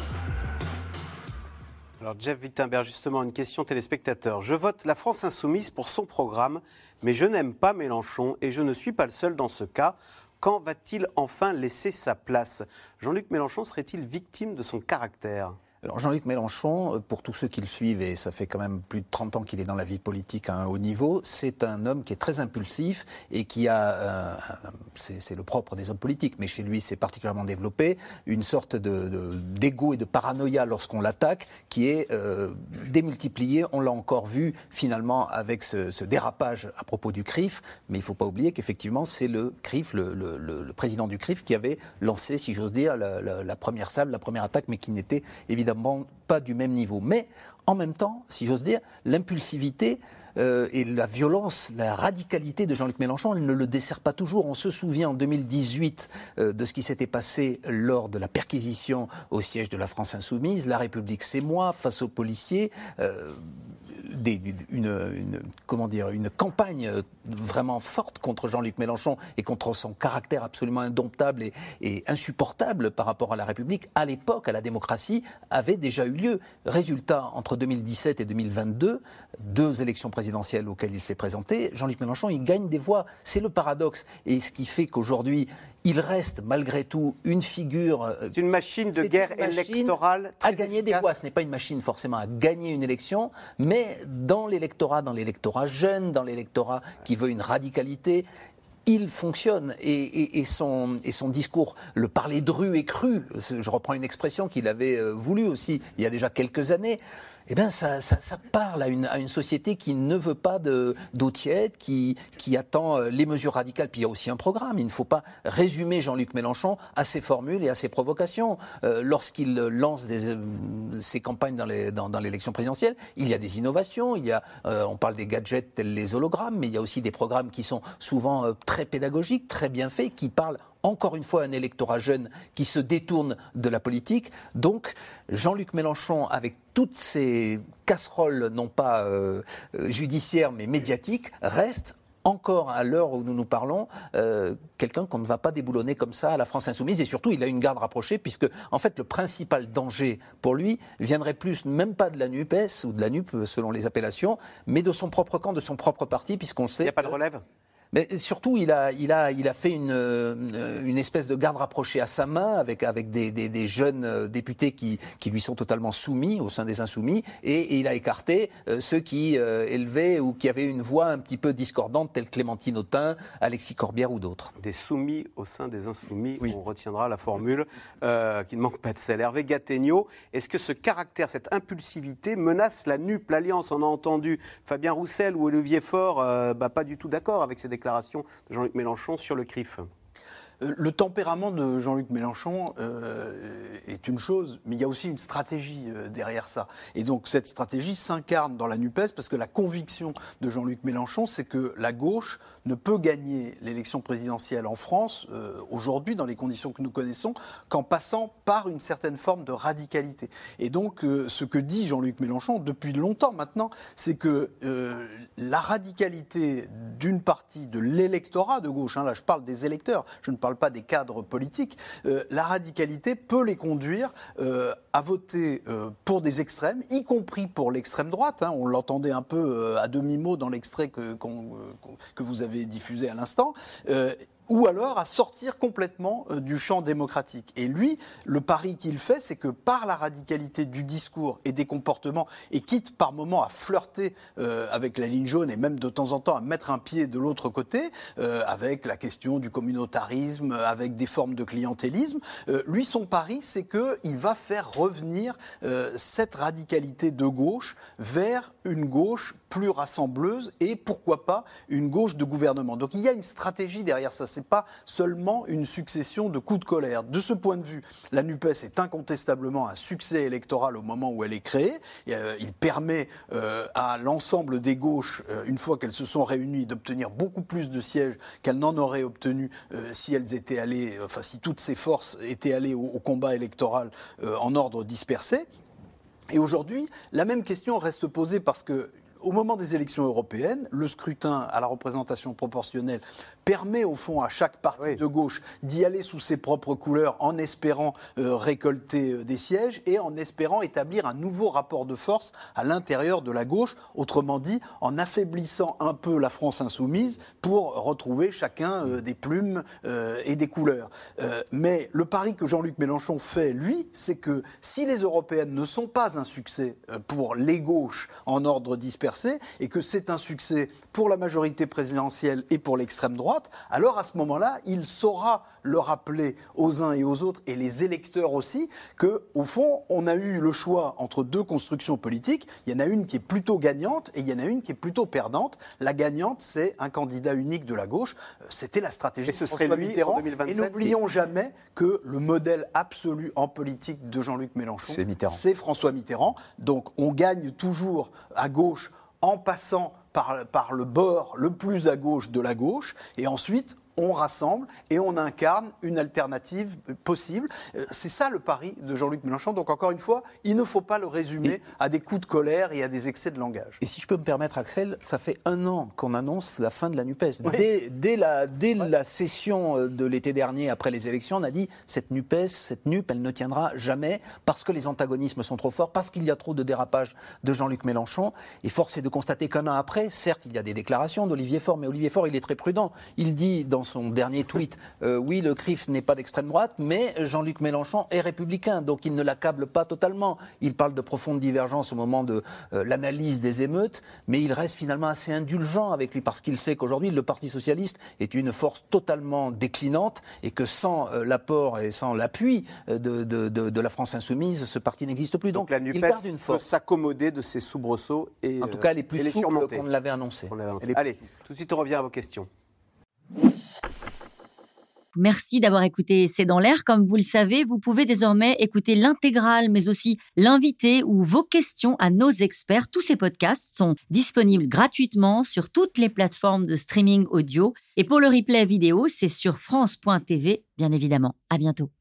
Alors Jeff Wittenberg, justement, une question téléspectateur. Je vote la France insoumise pour son programme, mais je n'aime pas Mélenchon et je ne suis pas le seul dans ce cas. Quand va-t-il enfin laisser sa place? Jean-Luc Mélenchon serait-il victime de son caractère? Alors Jean-Luc Mélenchon, pour tous ceux qui le suivent, et ça fait quand même plus de trente ans qu'il est dans la vie politique à un haut niveau, c'est un homme qui est très impulsif et qui a, euh, c'est, c'est le propre des hommes politiques, mais chez lui c'est particulièrement développé, une sorte de, de, d'égo et de paranoïa lorsqu'on l'attaque qui est euh, démultipliée. On l'a encore vu finalement avec ce, ce dérapage à propos du C R I F, mais il ne faut pas oublier qu'effectivement c'est le C R I F, le, le, le, le président du C R I F qui avait lancé, si j'ose dire, la, la, la première salve, la première attaque, mais qui n'était évidemment pas du même niveau. Mais en même temps, si j'ose dire, l'impulsivité euh, et la violence, la radicalité de Jean-Luc Mélenchon, elle ne le dessert pas toujours. On se souvient en deux mille dix-huit euh, de ce qui s'était passé lors de la perquisition au siège de la France Insoumise. La République, c'est moi, face aux policiers. Euh, Des, une, une, comment dire, une campagne vraiment forte contre Jean-Luc Mélenchon et contre son caractère absolument indomptable et, et insupportable par rapport à la République, à l'époque, à la démocratie, avait déjà eu lieu. Résultat, entre deux mille dix-sept et deux mille vingt-deux, deux élections présidentielles auxquelles il s'est présenté, Jean-Luc Mélenchon, il gagne des voix. C'est le paradoxe. Et ce qui fait qu'aujourd'hui, il reste malgré tout une figure... C'est une machine de guerre électorale très à gagner efficace. Des voix. Ce n'est pas une machine forcément à gagner une élection, mais dans l'électorat, dans l'électorat jeune, dans l'électorat qui veut une radicalité, il fonctionne et, et, et, son, et son discours, le parler dru et cru, je reprends une expression qu'il avait voulu aussi il y a déjà quelques années, eh bien, ça, ça, ça parle à une, à une société qui ne veut pas de, d'eau tiède, qui, qui attend les mesures radicales. Puis il y a aussi un programme. Il ne faut pas résumer Jean-Luc Mélenchon à ses formules et à ses provocations. Euh, lorsqu'il lance des, euh, ses campagnes dans, les, dans, dans l'élection présidentielle, il y a des innovations. Il y a, euh, on parle des gadgets tels les hologrammes, mais il y a aussi des programmes qui sont souvent euh, très pédagogiques, très bien faits, qui parlent encore une fois un électorat jeune qui se détourne de la politique. Donc Jean-Luc Mélenchon, avec toutes ces casseroles, non pas euh, judiciaires mais médiatiques, reste encore à l'heure où nous nous parlons, euh, quelqu'un qu'on ne va pas déboulonner comme ça à la France Insoumise. Et surtout, il a une garde rapprochée, puisque en fait le principal danger pour lui viendrait plus, même pas de la NUPES ou de la NUP selon les appellations, mais de son propre camp, de son propre parti, puisqu'on sait... Il n'y a pas de relève ? Mais surtout, il a, il a, il a fait une, une espèce de garde rapprochée à sa main avec, avec des, des, des jeunes députés qui, qui lui sont totalement soumis au sein des Insoumis, et, et il a écarté euh, ceux qui euh, élevaient ou qui avaient une voix un petit peu discordante, tels Clémentine Autain, Alexis Corbière ou d'autres. Des soumis au sein des Insoumis, oui. On retiendra la formule euh, qui ne manque pas de sel. Hervé Gattegno, est-ce que ce caractère, cette impulsivité menace la N U P, l'Alliance? On a entendu Fabien Roussel ou Olivier Faure, euh, bah, pas du tout d'accord avec ces déclaration de Jean-Luc Mélenchon sur le C R I F. Le tempérament de Jean-Luc Mélenchon euh, est une chose, mais il y a aussi une stratégie euh, derrière ça. Et donc cette stratégie s'incarne dans la NUPES parce que la conviction de Jean-Luc Mélenchon, c'est que la gauche ne peut gagner l'élection présidentielle en France, euh, aujourd'hui, dans les conditions que nous connaissons, qu'en passant par une certaine forme de radicalité. Et donc euh, ce que dit Jean-Luc Mélenchon depuis longtemps maintenant, c'est que euh, la radicalité d'une partie de l'électorat de gauche, hein, là je parle des électeurs, je ne parle pas des cadres politiques, euh, la radicalité peut les conduire euh, à voter euh, pour des extrêmes, y compris pour l'extrême droite. Hein, on l'entendait un peu euh, à demi-mot dans l'extrait que, qu'on, euh, que vous avez diffusé à l'instant. Euh, ou alors à sortir complètement euh, du champ démocratique. Et lui, le pari qu'il fait, c'est que par la radicalité du discours et des comportements, et quitte par moments à flirter euh, avec la ligne jaune et même de temps en temps à mettre un pied de l'autre côté, euh, avec la question du communautarisme, avec des formes de clientélisme, euh, lui, son pari, c'est qu'il va faire revenir euh, cette radicalité de gauche vers une gauche plus rassembleuse et pourquoi pas une gauche de gouvernement. Donc il y a une stratégie derrière ça. C'est pas seulement une succession de coups de colère. De ce point de vue, la NUPES est incontestablement un succès électoral au moment où elle est créée. Et, euh, il permet euh, à l'ensemble des gauches, euh, une fois qu'elles se sont réunies, d'obtenir beaucoup plus de sièges qu'elles n'en auraient obtenu euh, si elles étaient allées, enfin si toutes ces forces étaient allées au, au combat électoral euh, en ordre dispersé. Et aujourd'hui, la même question reste posée parce que au moment des élections européennes, le scrutin à la représentation proportionnelle permet au fond à chaque parti oui. de gauche d'y aller sous ses propres couleurs en espérant euh, récolter euh, des sièges et en espérant établir un nouveau rapport de force à l'intérieur de la gauche, autrement dit en affaiblissant un peu la France insoumise pour retrouver chacun euh, des plumes euh, et des couleurs. Euh, mais le pari que Jean-Luc Mélenchon fait, lui, c'est que si les européennes ne sont pas un succès euh, pour les gauches en ordre dispersé et que c'est un succès pour la majorité présidentielle et pour l'extrême droite, alors à ce moment-là, il saura le rappeler aux uns et aux autres, et les électeurs aussi, qu'au fond, on a eu le choix entre deux constructions politiques. Il y en a une qui est plutôt gagnante et il y en a une qui est plutôt perdante. La gagnante, c'est un candidat unique de la gauche. C'était la stratégie de François Mitterrand. Et n'oublions jamais que le modèle absolu en politique de Jean-Luc Mélenchon, c'est, c'est François Mitterrand. Donc on gagne toujours à gauche en passant par, par le bord le plus à gauche de la gauche, et ensuite on rassemble et on incarne une alternative possible. C'est ça le pari de Jean-Luc Mélenchon. Donc encore une fois, il ne faut pas le résumer et à des coups de colère et à des excès de langage. Et si je peux me permettre, Axel, ça fait un an qu'on annonce la fin de la NUPES. Oui. Dès, dès, la, dès ouais. la session de l'été dernier, après les élections, on a dit cette NUPES, cette N U P, elle ne tiendra jamais parce que les antagonismes sont trop forts, parce qu'il y a trop de dérapages de Jean-Luc Mélenchon. Et force est de constater qu'un an après, certes, il y a des déclarations d'Olivier Faure, mais Olivier Faure, il est très prudent. Il dit dans son dernier tweet, euh, oui, le C R I F n'est pas d'extrême droite, mais Jean-Luc Mélenchon est républicain, donc il ne l'accable pas totalement. Il parle de profondes divergences au moment de euh, l'analyse des émeutes, mais il reste finalement assez indulgent avec lui, parce qu'il sait qu'aujourd'hui, le Parti socialiste est une force totalement déclinante, et que sans euh, l'apport et sans l'appui de, de, de, de la France insoumise, ce parti n'existe plus. Donc, donc la NUPES il garde une force. Peut s'accommoder de ses soubresauts et en tout cas, elle est plus euh, souple qu'on ne l'avait annoncé. Allez, tout de suite, on revient à vos questions. Merci d'avoir écouté C'est dans l'air. Comme vous le savez, vous pouvez désormais écouter l'intégrale, mais aussi l'invité ou vos questions à nos experts. Tous ces podcasts sont disponibles gratuitement sur toutes les plateformes de streaming audio. Et pour le replay vidéo, c'est sur France point T V, bien évidemment. À bientôt.